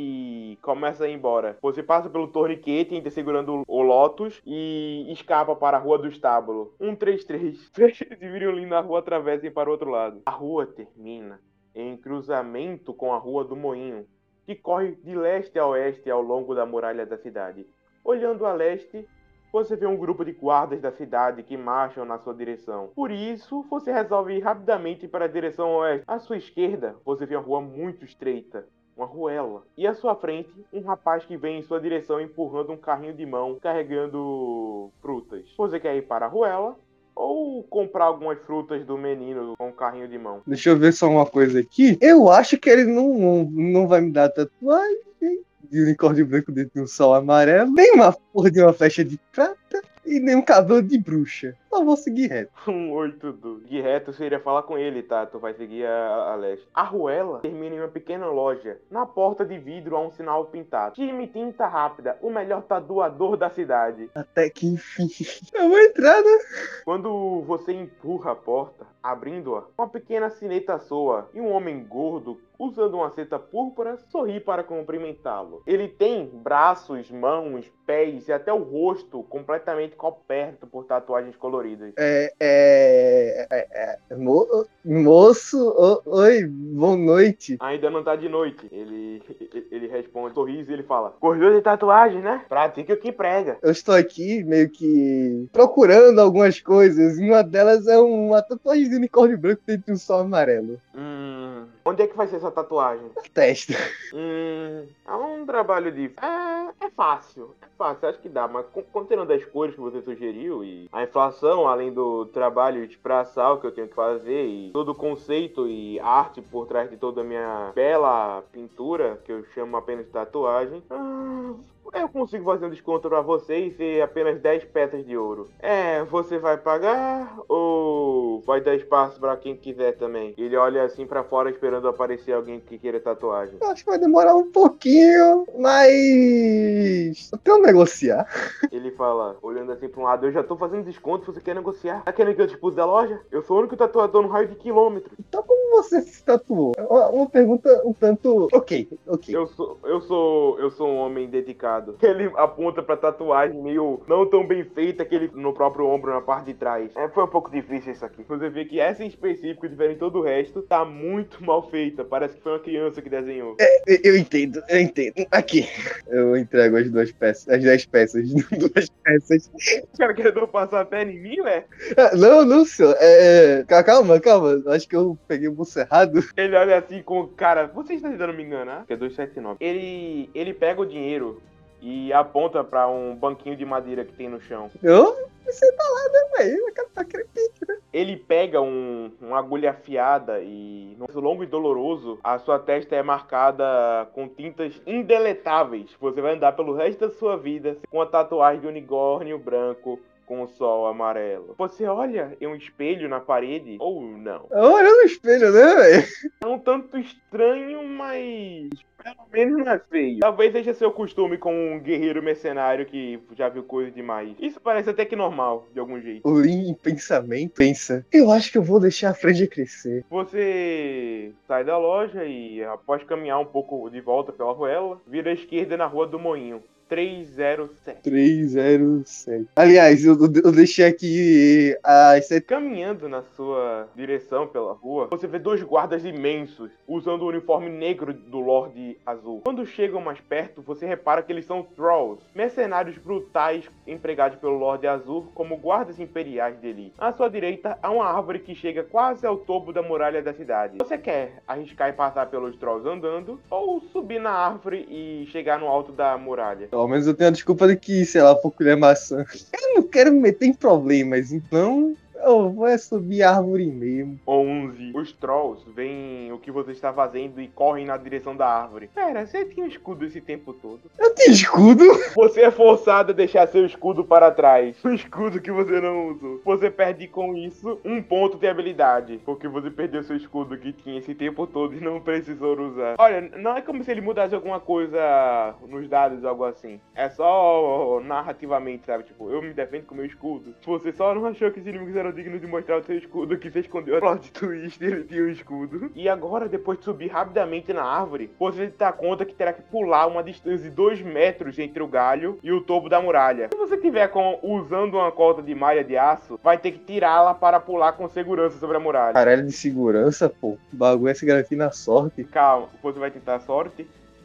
e começa a ir embora. Você passa pelo torniquete, ainda segurando o Lotus, e escapa para a Rua do Estábulo. um três três. Vocês viram ali na rua, atravessem para o outro lado. A rua termina em cruzamento com a Rua do Moinho, que corre de leste a oeste ao longo da muralha da cidade. Olhando a leste, você vê um grupo de guardas da cidade que marcham na sua direção. Por isso, você resolve ir rapidamente para a direção oeste. À sua esquerda, você vê uma rua muito estreita, uma ruela. E à sua frente, um rapaz que vem em sua direção empurrando um carrinho de mão carregando frutas. Você quer ir para a ruela ou comprar algumas frutas do menino com um carrinho de mão? Deixa eu ver só uma coisa aqui. Eu acho que ele não, não, não vai me dar tatuagem de unicórnio branco dentro de um sol amarelo, nem uma porra de uma flecha de prata e nem um cabelo de bruxa. Só vou seguir reto. Um oito do Gui reto, você iria falar com ele, tá? Tu vai seguir a, a leste. A ruela termina em uma pequena loja. Na porta de vidro há um sinal pintado: Time Tinta Rápida, o melhor tatuador da cidade. Até que enfim. Eu vou entrar, né? Quando você empurra a porta, abrindo-a, uma pequena sineta soa e um homem gordo, usando uma seta púrpura, sorri para cumprimentá-lo. Ele tem braços, mãos, pés e até o rosto completamente coberto por tatuagens coloridas. É, é, é, é mo, moço, o, oi, boa noite. Ainda não tá de noite. Ele, ele responde, sorriso, e ele fala: Gostou de tatuagem, né? Pratique o que prega. Eu estou aqui meio que procurando algumas coisas, e uma delas é uma tatuagem de unicórnio branco dentro de um sol amarelo. Hum... Onde é que vai ser essa tatuagem? Na testa. Hum... É um trabalho de... É, é fácil. É fácil, acho que dá. Mas considerando as cores que você sugeriu e a inflação, além do trabalho de braçal que eu tenho que fazer e todo o conceito e arte por trás de toda a minha bela pintura, que eu chamo apenas de tatuagem... Ah... Eu consigo fazer um desconto pra você e ser apenas dez peças de ouro. É, você vai pagar ou vai dar espaço pra quem quiser também? Ele olha assim pra fora esperando aparecer alguém que queira tatuagem. Eu acho que vai demorar um pouquinho, mas... eu tenho que negociar. Ele fala, olhando assim pra um lado: eu já tô fazendo desconto, você quer negociar? Tá querendo que eu te expulse da loja? Eu sou o único tatuador no raio de quilômetros. Então como você se tatuou? Uma, uma pergunta um tanto... Ok, ok. Eu sou, eu sou, eu sou um homem dedicado. Ele aponta pra tatuagem meio não tão bem feita que ele no próprio ombro, na parte de trás. É, foi um pouco difícil isso aqui. Você vê que essa em específico, diferente de todo o resto, tá muito mal feita. Parece que foi uma criança que desenhou. É, eu entendo, eu entendo. Aqui. Eu entrego as duas peças, as dez peças, duas peças. O cara querendo passar a perna em mim, né? Ah, não, não, senhor. É, é, calma, calma. Acho que eu peguei o bolso errado. Ele olha assim com o cara: você está tentando me enganar? Que é duzentos e setenta e nove. Ele, ele pega o dinheiro e aponta pra um banquinho de madeira que tem no chão. Eu? Você tá lá, né, velho? Eu quero tá crepite, né? Ele pega um, uma agulha afiada e, no longo e doloroso, a sua testa é marcada com tintas indeletáveis. Você vai andar pelo resto da sua vida com a tatuagem de unicórnio branco com o sol amarelo. Você olha em um espelho na parede ou não? Olha no espelho, né, velho? É um tanto estranho, mas pelo menos não é feio. Talvez seja seu costume como um guerreiro mercenário que já viu coisa demais. Isso parece até que normal, de algum jeito. O Lin, em pensamento, pensa: eu acho que eu vou deixar a franja crescer. Você sai da loja e, após caminhar um pouco de volta pela ruela, vira à esquerda na Rua do Moinho. trezentos e sete. trezentos e sete. Aliás, eu, eu deixei aqui as sete. Caminhando na sua direção pela rua, você vê dois guardas imensos usando o uniforme negro do Lorde Azul. Quando chegam mais perto, você repara que eles são Thralls, mercenários brutais empregados pelo Lorde Azul como guardas imperiais dele. À sua direita, há uma árvore que chega quase ao topo da muralha da cidade. Você quer arriscar e passar pelos Thralls andando ou subir na árvore e chegar no alto da muralha? Pelo menos eu tenho a desculpa de que, sei lá, vou colher maçã. Eu não quero me meter em problemas, então eu vou é subir a árvore mesmo. onze. Os Trolls veem o que você está fazendo e correm na direção da árvore. Pera, você tinha um escudo esse tempo todo? Eu tenho escudo? Você é forçado a deixar seu escudo para trás. Um escudo que você não usou. Você perde com isso um ponto de habilidade, porque você perdeu seu escudo que tinha esse tempo todo e não precisou usar. Olha, não é como se ele mudasse alguma coisa nos dados ou algo assim. É só narrativamente, sabe? Tipo, eu me defendo com meu escudo. Você só não achou que os inimigos eram dignos de mostrar o seu escudo, que você escondeu a plot twist, ele tinha um escudo. E agora, depois de subir rapidamente na árvore, você se dá conta que terá que pular uma distância de dois metros entre o galho e o topo da muralha. Se você tiver com, usando uma cota de malha de aço, vai ter que tirá-la para pular com segurança sobre a muralha. Caralho de segurança, pô. O bagulho é se garantir na sorte. Calma, você vai tentar a sorte.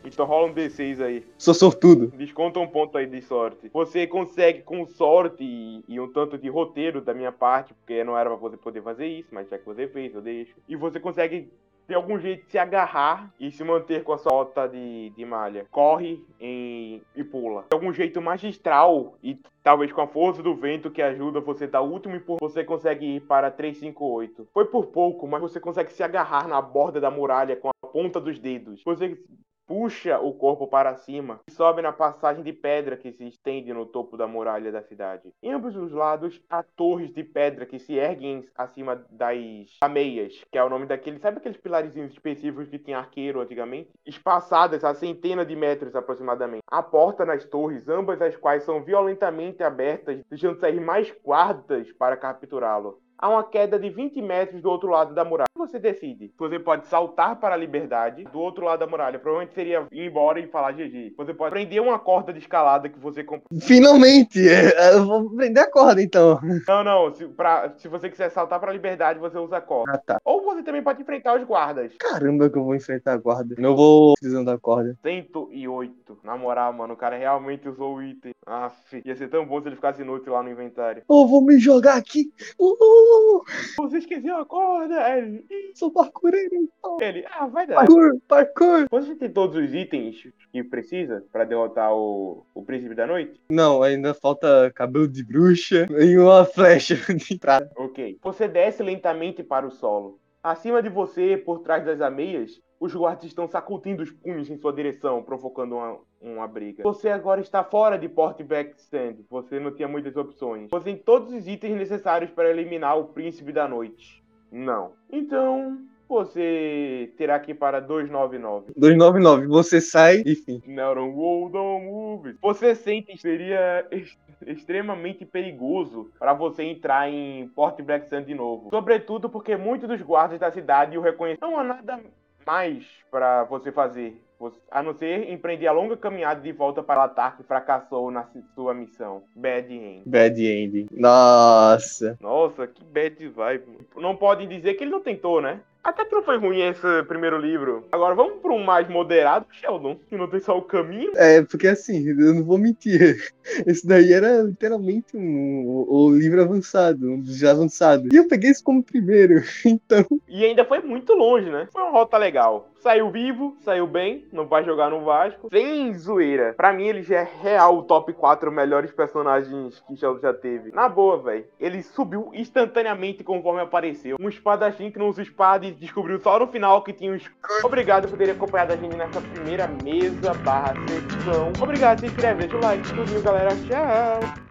Então rola um D seis aí. Sou sortudo. Desconta um ponto aí de sorte. Você consegue, com sorte e, e um tanto de roteiro da minha parte, porque não era pra você poder fazer isso, mas já que você fez, eu deixo. E você consegue, de algum jeito, se agarrar e se manter com a sua bota de, de malha. Corre em, e pula. De algum jeito magistral e talvez com a força do vento que ajuda você dar o último empurrão, você consegue ir para trezentos e cinquenta e oito. Foi por pouco, mas você consegue se agarrar na borda da muralha com a ponta dos dedos. Você puxa o corpo para cima e sobe na passagem de pedra que se estende no topo da muralha da cidade. Em ambos os lados, há torres de pedra que se erguem acima das ameias, que é o nome daquele... Sabe aqueles pilarizinhos específicos que tinha arqueiro antigamente? Espaçadas a centenas de metros aproximadamente. Há porta nas torres, ambas as quais são violentamente abertas, deixando sair mais guardas para capturá-lo. Há uma queda de vinte metros do outro lado da muralha. Você decide. Você pode saltar para a liberdade do outro lado da muralha. Provavelmente seria ir embora e falar G G. Você pode prender uma corda de escalada que você comprou. Finalmente! Eu vou prender a corda, então. Não, não. Se, pra, se você quiser saltar para a liberdade, você usa a corda. Ah, tá. Ou você também pode enfrentar os guardas. Caramba, que eu vou enfrentar a guarda. Não vou precisando da corda. cento e oito. Na moral, mano, o cara realmente usou o item. Aff, ia ser tão bom se ele ficasse inútil lá no inventário. Eu vou me jogar aqui. Uhul! Você esqueceu a corda? Ele, Sou parkoureiro. ele ah, vai dar. Parkour, parkour. Você tem todos os itens que precisa para derrotar o, o Príncipe da Noite? Não, ainda falta cabelo de bruxa e uma flecha de prata. Ok. Você desce lentamente para o solo. Acima de você, por trás das ameias, os guardas estão sacudindo os punhos em sua direção, provocando uma, uma briga. Você agora está fora de Port Backstand. Você não tinha muitas opções. Você tem todos os itens necessários para eliminar o Príncipe da Noite. Não. Então, você terá que ir para duzentos e noventa e nove. duzentos e noventa e nove, você sai e fim. Não, não, não, não move. Você sente que seria ex- extremamente perigoso para você entrar em Port Blacksand de novo. Sobretudo porque muitos dos guardas da cidade o reconhecem. Não há nada mais para você fazer, a não ser empreender a longa caminhada de volta para Latar, que fracassou na sua missão. Bad End. Bad ending. Nossa. Nossa, que bad vibe. Não podem dizer que ele não tentou, né? Até que não foi ruim esse primeiro livro. Agora vamos para um mais moderado, Sheldon, que não tem só o caminho. É, porque assim, eu não vou mentir. Esse daí era literalmente um, o livro avançado, um dos já avançados. E eu peguei isso como primeiro, então... E ainda foi muito longe, né? Foi uma rota legal. Saiu vivo, saiu bem, não vai jogar no Vasco. Sem zoeira. Pra mim, ele já é real o top quatro melhores personagens que Sheldon já teve. Na boa, velho. Ele subiu instantaneamente conforme apareceu. Um espadachim que não usa espada e descobriu só no final que tinha os... Obrigado por ter acompanhado a gente nessa primeira mesa barra sessão. Obrigado, se inscreve, deixa o like, tudo, galera. Tchau!